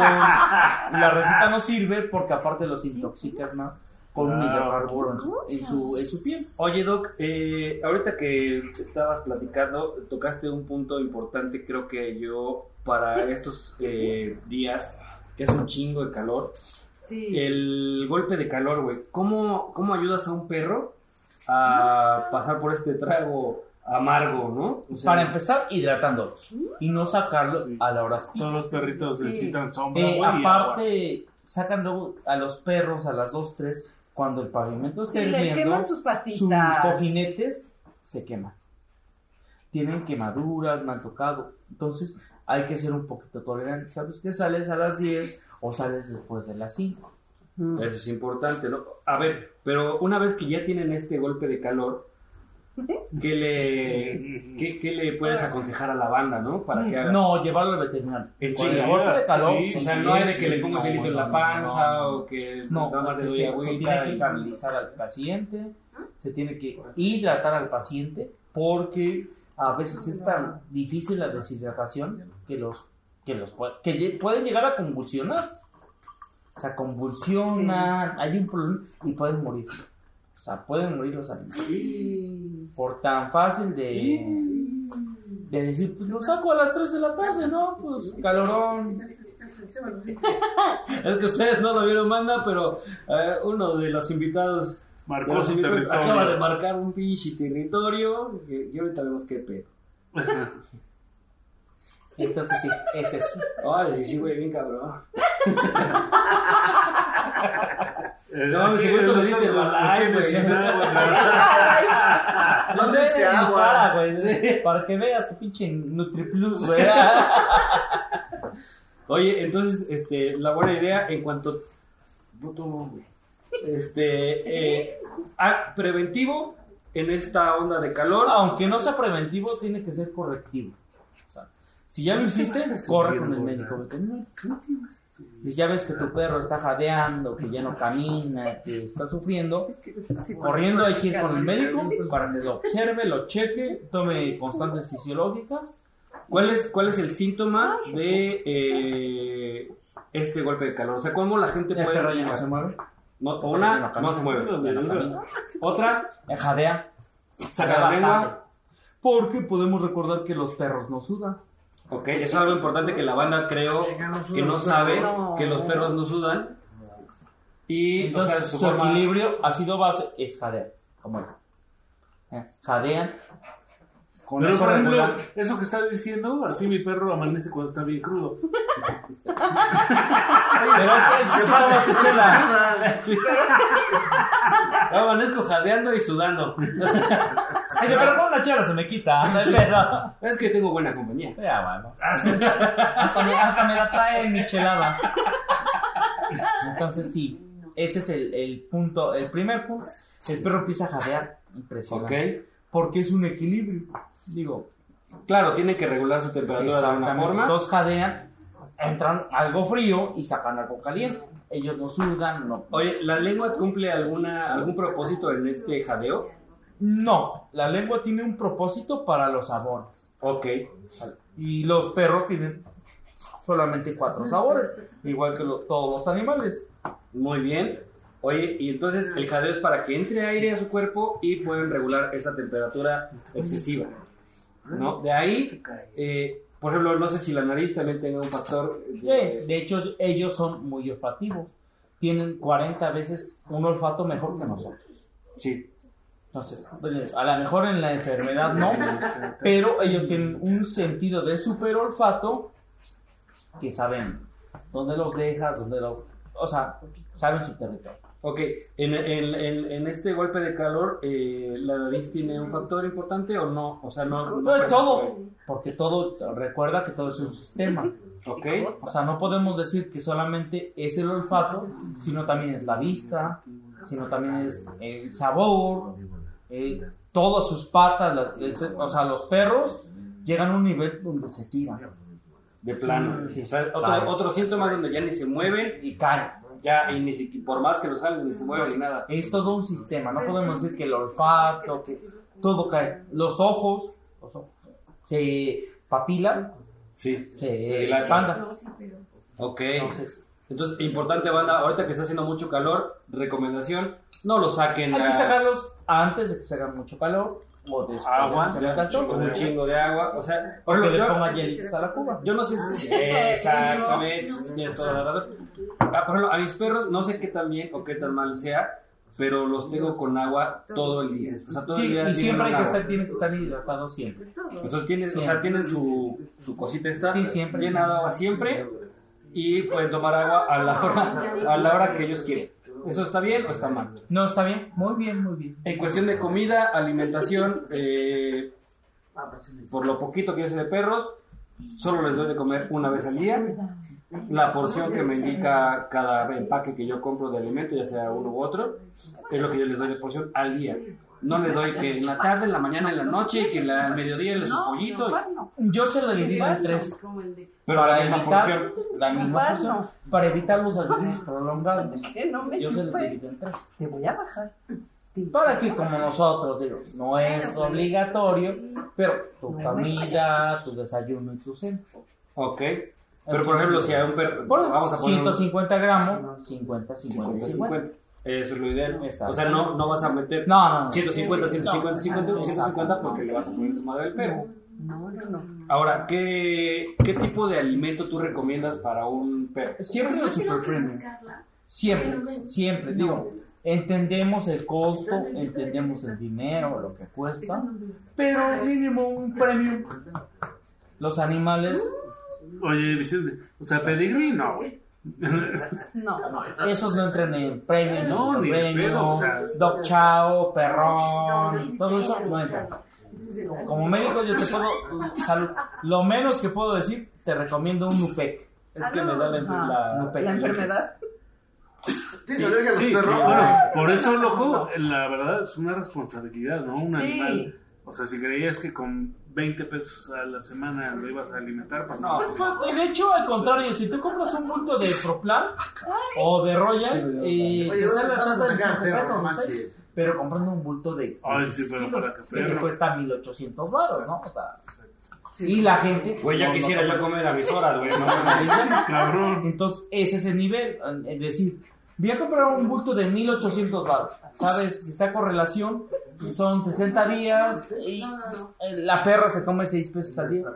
la receta no sirve porque aparte los intoxicas más con un hidrocarburo en su, en su, en su piel. Oye, Doc, eh, ahorita que estabas platicando, tocaste un punto importante, creo que yo, para estos eh, días, que es un chingo de calor, Sí. el golpe de calor, güey. ¿Cómo, ¿Cómo ayudas a un perro a pasar por este trago amargo, no? O sea, Para empezar, hidratándolos y no sacarlos a la hora pico. Todos los perritos Sí. necesitan sombra, Eh, güey, y agua. aparte, sacan luego a los perros a las dos, tres, cuando el pavimento Sí, esté les hirviendo, queman sus sus patitas. cojinetes se queman. Tienen quemaduras, me han tocado. Entonces, hay que ser un poquito tolerante. ¿Sabes que sales a las diez o sales después de las cinco? Mm. eso es importante, ¿no? A ver, pero una vez que ya tienen este golpe de calor, ¿qué le, qué, qué le puedes aconsejar a la banda, no? Para que haga... No, llevarlo al veterinario. En Con chinga. el golpe de calor, Sí, O sí, sea, sí, no es de sí, que le ponga no, gelito en no, la no, panza no. o que No, nada más le se, doy tiene- se agüita. tiene que y- canalizar al paciente, se tiene que hidratar al paciente, porque a veces es tan difícil la deshidratación que los que los puede- que lle- pueden llegar a convulsionar. O sea, convulsionan, hay un problema y pueden morir. O sea, pueden morir los animales. Por tan fácil de, de decir, pues lo saco a las tres de la tarde, ¿no? Pues calorón. Es que ustedes no lo vieron, manda, pero eh, uno de los invitados, de Marcó los su invitados territorio. acaba de marcar un pinche territorio que, y ahorita vemos qué pedo. Entonces sí, es eso. Ay, sí, sí, güey, bien cabrón. Eh, No mames, aquí seguro el le diste el doctor balay, güey. mencionaba, güey. No Ve diste en mi agua. cara, güey, para que veas tu pinche NutriPlus, güey. Oye, entonces, este, la buena idea en cuanto... Puto, güey. Este, eh, ah, preventivo en esta onda de calor. Aunque no sea preventivo, tiene que ser correctivo. O sea, si ya lo hiciste, corre con el médico veterinario. Si ya ves que tu perro está jadeando, que ya no camina, que está sufriendo, corriendo hay que ir con el médico para que lo observe, lo cheque, tome constantes fisiológicas. ¿Cuál es, cuál es el síntoma de eh, este golpe de calor? O sea, ¿cómo la gente El puede... perro ya no se mueve, No, o una, Ya no camina. no se mueve. ya no camina, Otra, eh, jadea. saca la lengua. Bastante. Porque podemos recordar que los perros no sudan. Ok, eso es algo importante que la banda creo que no sabe No. que los perros no sudan. Y, Entonces, o sea, su, su forma- equilibrio ha sido base es jadear, como él. Eh, jadean, con Pero, eso por ejemplo, regulan. eso que está diciendo, así mi perro amanece cuando está bien crudo. Pero él sí se toma su chela. Yo amanezco jadeando y sudando. Ay, pero con una chela se me quita. No hay pedo. Es que tengo buena compañía. Ya, bueno. Hasta me, hasta me la trae mi chelada. Entonces, sí, ese es el, el punto, el primer punto. El perro empieza a jadear. Impresionante. Ok. Porque es un equilibrio. Digo, Claro, tiene que regular su temperatura de alguna exactamente. forma. Todos jadean, entran algo frío y sacan algo caliente. Ellos no sudan, no. Oye, ¿la lengua cumple alguna algún propósito en este jadeo? No, la lengua tiene un propósito para los sabores. Ok. Y los perros tienen solamente cuatro sabores, igual que los- todos los animales. Muy bien. Oye, y entonces el jadeo es para que entre aire a su cuerpo y puedan regular esa temperatura excesiva, ¿no? De ahí, eh, por ejemplo, no sé si la nariz también tenga un factor Sí, de... de hecho, ellos son muy olfativos. Tienen cuarenta veces un olfato mejor que nosotros. Sí. Entonces, pues, a lo mejor en la enfermedad no, pero ellos tienen un sentido de super olfato que saben dónde los dejas, dónde los o sea, saben su territorio. Ok, en, en, en, en este golpe de calor, eh, ¿la nariz tiene un factor importante o no? O sea, no... no No, todo, porque todo, recuerda que todo es un sistema. Ok. O sea, no podemos decir que solamente es el olfato, sino también es la vista, sino también es el sabor, eh, todas sus patas, la- el- o sea, los perros llegan a un nivel donde se tiran De plano. Sí. O sea, otro, Caen. otro síntoma donde ya ni se mueven, y caen. ya, y ni siquiera, por más que los jalen, ni se mueven ni nada. Es todo un sistema, no podemos decir que el olfato, que todo cae. Los ojos, los ojos se papilan, Sí. se Se dilatan. expandan. Ok. Entonces, Entonces, importante, banda, ahorita que está haciendo mucho calor, recomendación, no lo saquen hay a- que sacarlos antes de que se haga mucho calor o después Agua, de que se haga con calor. un chingo de agua. O sea, por O que ejemplo, le yo- ponga hielitos a la cuba. Yo no sé si... Exactamente, tienes toda la razón. Ah, por ejemplo, a mis perros no sé qué tan bien o qué tan mal sea, pero los tengo con agua todo el día. O sea, todo Sí, el día y tienen siempre hay que agua. estar, tienen que estar hidratados siempre. Entonces tienen, o sea, Siempre. tienen su, su cosita esta Sí, siempre, llena de siempre. agua siempre y pueden tomar agua a la hora, a la hora que ellos quieren. ¿Eso está bien o está mal? No, está bien, muy bien, muy bien. En cuestión de comida, alimentación, eh, por lo poquito que yo sé de perros, solo les doy de comer una vez al día. La porción que me indica cada empaque que yo compro de alimento, ya sea uno u otro, es lo que yo les doy de porción al día. No les doy que en la tarde, en la mañana, en la noche, y que en la- al mediodía les su pollito, Yo se lo divido en tres. pero a la Para misma evitar porción. la misma porción, para evitar los ayunos prolongados. No me Yo se los chupes. divido en tres. Te voy a bajar. Para que como nosotros, digo, no es obligatorio, pero tu comida, tu desayuno y tu cena. Ok. Pero por ejemplo, si hay un perro, Bueno, vamos a poner un- ciento cincuenta gramos, cincuenta, cincuenta, cincuenta, cincuenta. cincuenta. Eso es lo ideal. Exacto. O sea, no, no vas a meter No, no, no. ciento cincuenta, ciento cincuenta, No. cincuenta, ciento cincuenta porque le vas a poner su madre al perro. No, no, no. Ahora, ¿qué, ¿qué tipo de alimento tú recomiendas para un perro? Siempre los super premium. Siempre, siempre. Digo, entendemos el costo, entendemos el dinero, lo que cuesta, pero mínimo un premium. Los animales, Oye, Vicente, o sea, pedigrí no, güey. No. esos no entran en premium, No, no, ni de premium, pedo, o sea. dog chow, perrón, todo eso no entra. Como médico yo te puedo, salud, lo menos que puedo decir, te recomiendo un Nupec. Es que me da la, enfer- la- Nupec. La enfermedad. ¿Tienes alergia a los Sí, sí, perros? bueno, por eso, loco, la verdad es una responsabilidad, ¿no? Un Sí. animal. O sea, si creías que con veinte pesos a la semana lo ibas a alimentar, pues no. Pues, de hecho, al contrario, si tú compras un bulto de Proplan o de Royal, eh, Oye, te sale la vas a tasa de sacar, cinco pero pesos, no no sé. manches. Pero comprando un bulto de Ay, dieciséis sí, pero kilos, para que que te perro. cuesta mil ochocientos baros, ¿no? O sea, y la gente... Güey, ya no, quisiera no, yo comer a mis horas, güey. No, mames. Cabrón. Entonces, ese es el nivel. Es decir, voy a comprar un bulto de mil ochocientos baros. ¿Sabes? Que saco relación, son sesenta días y eh, la perra se come seis pesos al día.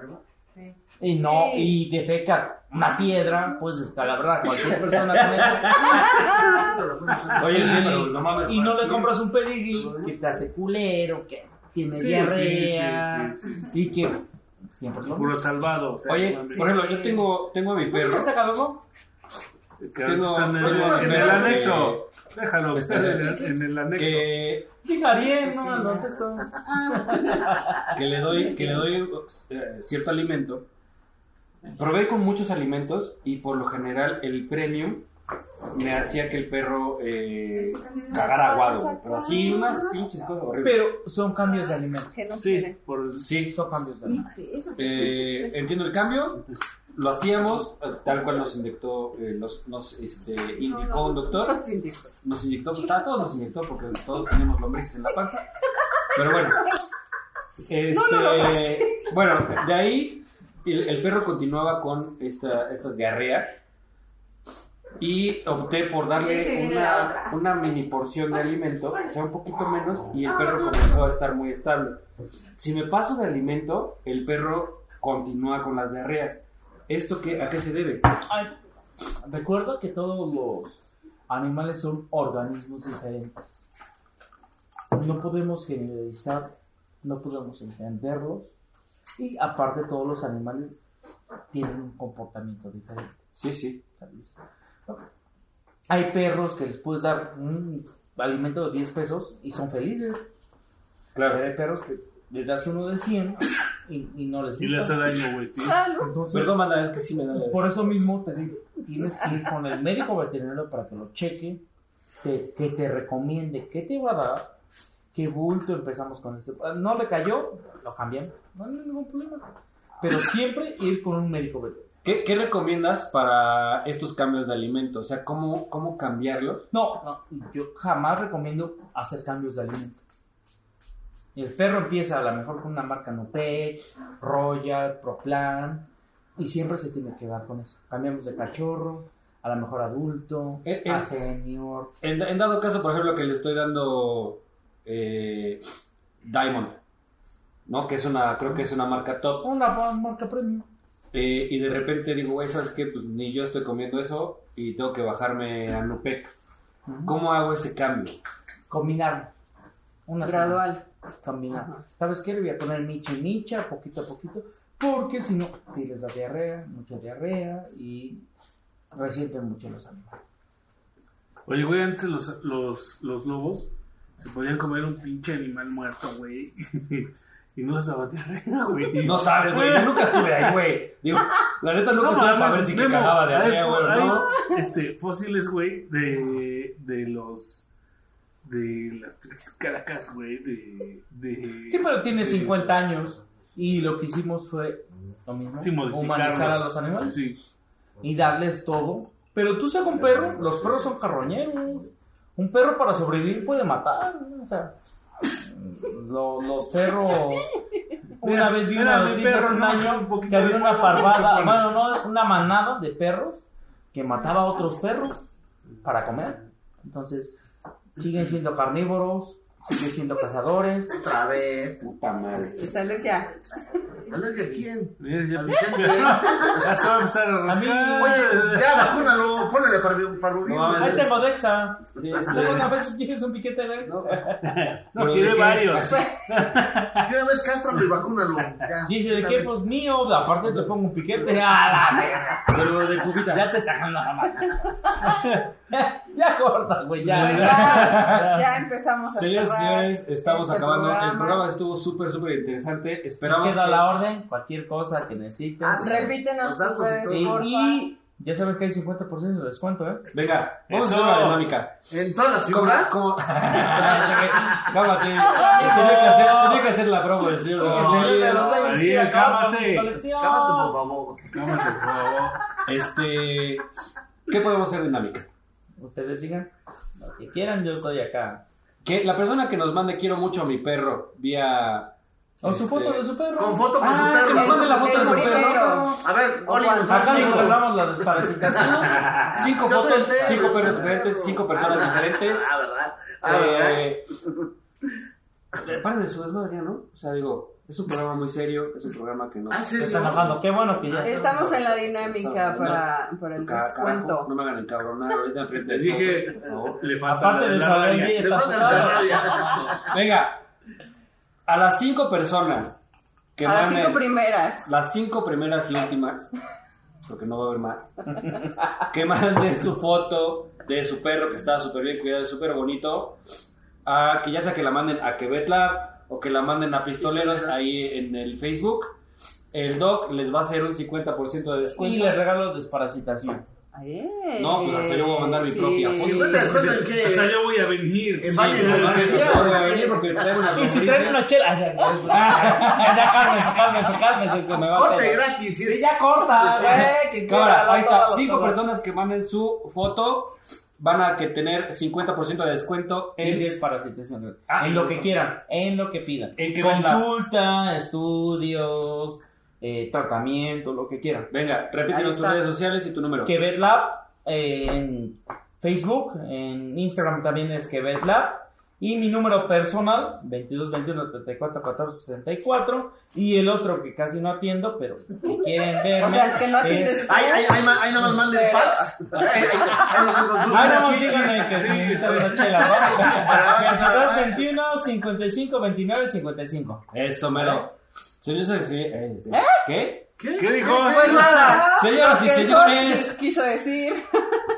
Y no, y defeca una piedra, puedes descalabrar a cualquier persona con eso. Oye, sí, y, pero no mames. y no le compras un pedigrí que te hace culero, que tiene Sí, diarrea sí, sí, sí, y que siempre lo Puro salvado. O sea, Oye, también. por ejemplo, yo tengo, tengo a mi perro. ¿Qué sacado, no? Que tengo- está en el, tengo- en el anexo. Déjalo, Este, está en el, en el anexo. Que, Dije Ariel, no, no sé esto. que le doy, que le doy eh, cierto alimento. Probé con muchos alimentos y por lo general el premium me hacía que el perro eh, cagara aguado, güey, pero así unas pinches cosas horribles. Pero son cambios de alimento. Que no Sí, quiere. por Sí, Son cambios de alimento. eh, entiendo el cambio, lo hacíamos eh, tal cual nos inyectó, eh, nos, nos este, indicó un doctor, nos inyectó, pues, a todos nos inyectó porque todos tenemos lombrices en la panza, pero bueno, este, bueno, de ahí el, el perro continuaba con esta, estas diarreas y opté por darle una, una mini porción de alimento, o sea, un poquito menos, y el perro comenzó a estar muy estable. Si me paso de alimento, el perro continúa con las diarreas. ¿Esto qué, a qué se debe? Ay, recuerda que todos los animales son organismos diferentes. No podemos generalizar, no podemos entenderlos. Y aparte todos los animales tienen un comportamiento diferente. Sí, sí. ¿Sabes? Ok. Hay perros que les puedes dar un alimento de diez pesos y son felices. Claro. Pero hay perros que les das uno de cien y, y no les gusta. Y le hace daño, güey. tío. Entonces, Perdón, manda, es que sí me da la... por eso mismo te digo, tienes que ir con el médico veterinario para que lo cheque, te, que te recomiende qué te va a dar, qué bulto empezamos con este. No le cayó, lo cambian, no hay ningún problema. Pero siempre ir con un médico veterinario. ¿Qué, ¿Qué recomiendas para estos cambios de alimento? O sea, ¿cómo, cómo cambiarlos? No, no, yo jamás recomiendo hacer cambios de alimento. El perro empieza a lo mejor con una marca Nupec, Royal, Proplan, y siempre se tiene que dar con eso. Cambiamos de cachorro, a lo mejor adulto, En- en- a senior. En, en dado caso, por ejemplo, que le estoy dando eh, Diamond, ¿no? Que es una, creo que es una marca top. Una marca premium. Eh, y de repente digo, güey, ¿sabes qué? Pues ni yo estoy comiendo eso y tengo que bajarme a Nupec. ¿Cómo hago ese cambio? Combinar. Una Gradual. semana. Combinar. ¿Sabes qué? Le voy a poner micha y micha, poquito a poquito, porque si no, si les da diarrea, mucha diarrea y resienten mucho los animales. Oye, güey, antes los, los, los lobos se podían comer un pinche animal muerto, güey. Y no les daba diarrea, güey. No sabes, güey, yo nunca estuve ahí, güey. Digo, la neta nunca estuve para ver si que Memo, cagaba de hay- arriba, güey, hay, ¿no? este, fósiles, güey, de, de los... De las pinches Caracas, güey, de... de Sí, pero tiene de- cincuenta años y lo que hicimos fue lo mismo, Sí, modificarlos. humanizar a los animales Sí. y darles todo. Pero tú sacas un perro, los perros son carroñeros. Un perro para sobrevivir puede matar, ¿no? O sea, lo- los perros... Una Mira, vez vi mira, una mi noticia perro hace un no, año un poquito que había de una polvo, parvada, se pone. bueno, no, una manada de perros que mataba a otros perros para comer. Entonces, siguen siendo carnívoros, siguen siendo cazadores. Otra vez. Puta madre. ¿Y sale qué? ¿Alergia a quién? Mira, ya, A Vicente. ya se va a empezar a rascar. Oye, ya vacúnalo, ponle parvo- parvovirus. No, Ahí tengo Dexa. Sí, Luego una este, vez tienes un piquete, ¿eh? no, No, Pero quiere ¿de qué? varios. De una vez cástralo y vacúnalo. Ya. Dice, ¿de qué? Pues mío, aparte te pongo un piquete. ¡A la verga! pero de cubita. Ya te sacan la mano. Ya corta, güey, ya. Pues ya, ya empezamos a Señores y cerrar señores, estamos este acabando. El programa. programa estuvo súper, súper interesante. Esperamos Queda que- la orden, cualquier cosa que necesites. Ah, sí. Repítenos Los datos tus y redes, todo. Sí, porfa. y ya saben que hay cincuenta por ciento de descuento, ¿eh? Venga, vamos Eso. a hacer una dinámica. En todas las ¿Cómo? figuras. ¿Cómo? Cálmate. Tenía que hacer, tenía que hacer la promo del señor. No, del no, señor. no, no, Ariel, cálmate. Colección. Cámate, por favor. Cámate, por favor. Este, ¿qué podemos hacer dinámica? Ustedes sigan lo que quieran, yo estoy acá. Que la persona que nos mande quiero mucho a mi perro vía. O su este, foto de su perro. Con foto con Ah, su que perro. me mande la foto El de su primero. perro. A ver, Oli, Juan, Acá Sí, nos güey. hablamos la desparasitación. Cinco Yo soy fotos, el cinco perro. perros diferentes, cinco personas diferentes. Ah, ¿verdad? Ah, ¿verdad? Eh, eh, paren de su desmadre, ¿no? O sea, digo, es un programa muy serio, es un programa que no. Ah, sí, Se está Dios. enojando. Qué bueno que ya. Estamos en la dinámica para, para el Ca- carajo, descuento. no me hagan encabronar ahorita enfrente de Les dije, todos, por favor. le falta Aparte la de la su raya. alergia, está Después de la putado. raya. Venga, a las cinco personas que A las manden cinco primeras. las cinco primeras y últimas, porque no va a haber más, que manden su foto de su perro que está súper bien cuidado, súper bonito, a, que ya sea que la manden a Quebec Lab o que la manden a Pistoleros ahí en el Facebook. El doc les va a hacer un cincuenta por ciento de Y descuento. le regalo desparasitación. Ay, No, pues hasta yo voy a mandar mi propia foto. ¿cincuenta descuento en qué? Hasta yo voy a venir. En Sí, Valle de no, la porque Alquería, no voy a ¿o qué? venir porque traigo una Y si lombriz. traen una chela. Ay, ay, ay, ya cálmese, cálmese, cálmese. Se me va a Corte pegar. gratis. Sí, ya corta, güey. que Cámara, quiera, ahí está. todo, Cinco todo. personas que manden su foto van a que tener cincuenta por ciento de descuento En en desparasitación. Ah, en lo que quieran, en lo que pidan. ¿En qué Consulta, estudios, eh, tratamiento, lo que quieran. Venga, Ahí repítenos tus está. redes sociales y tu número. Quebec Lab eh, en Facebook, en Instagram también es Quebec Lab. Y mi número personal, veintidós veintiuno treinta y cuatro catorce sesenta y cuatro. Y el otro que casi no atiendo, pero que quieren verme. O sea, que no es- atiendes. Ahí, ahí, ahí, ahí nada más manden Pero- packs. Ahí, ahí, ahí nos consultan. Ah, no, Sí, díganme sí, que sí, se me sí. hizo una chela, ¿no? veintidós veintiuno cincuenta y cinco veintinueve cincuenta y cinco. Eso, mero. Señores, sí, eh, ¿qué? ¿Qué? ¿Qué dijo? Pues nada. Señoras lo y que el señores. host quiso decir.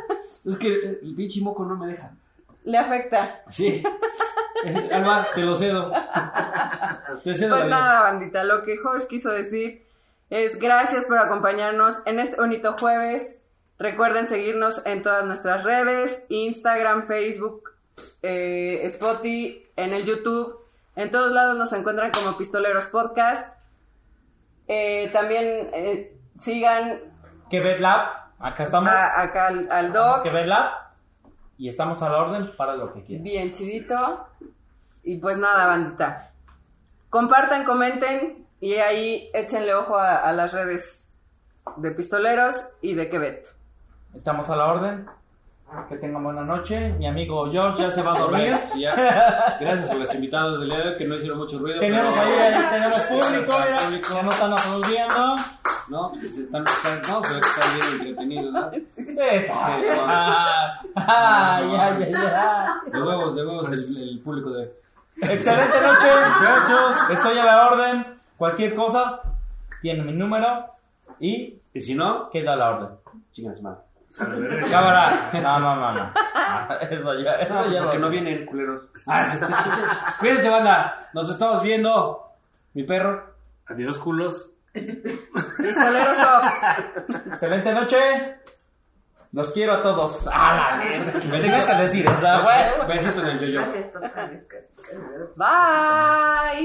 Es que el pinche moco no me deja. Le afecta. Sí. Alba, te lo cedo. Te cedo. Pues la nada, bandita, lo que Jorge quiso decir es gracias por acompañarnos en este bonito jueves. Recuerden seguirnos en todas nuestras redes, Instagram, Facebook, eh, Spotify, en el YouTube. En todos lados nos encuentran como Pistoleros Podcast. Eh, también eh, sigan Quebec Lab, acá estamos. a- acá al, al Doc, Quebec Lab. Y estamos a la orden para lo que quieran. bien chidito. Y pues nada, bandita. Compartan, comenten y ahí échenle ojo a, a las redes de Pistoleros y de Quebec. Estamos a la orden. Que tengan buena noche. Mi amigo George ya se va a dormir. Sí, ya. Gracias a los invitados del día de hoy que no hicieron mucho ruido. Tenemos pero- ahí, ahí tenemos público, mira, Público. ya no están aplaudiendo. No, pues están, están, no, pero están bien entretenidos, ¿no? Sí. Ah, ay, ay, ay, ay. De huevos, de huevos el, el público de... Excelente noche, muchachos. Estoy a la orden. Cualquier cosa, tiene mi número y Y si no, queda a la orden. chingas madre. Cámara. No, no, no, no. Eso ya, eso ya Porque lo- no vienen culeros. Ah, sí. Cuídense, banda. Nos estamos viendo. Mi perro. Adiós, culos. Pistoleros off. Excelente noche. Los quiero a todos. A la verga. Me tengo que decir, o sea, güey. Besito en el yo-yo. Bye.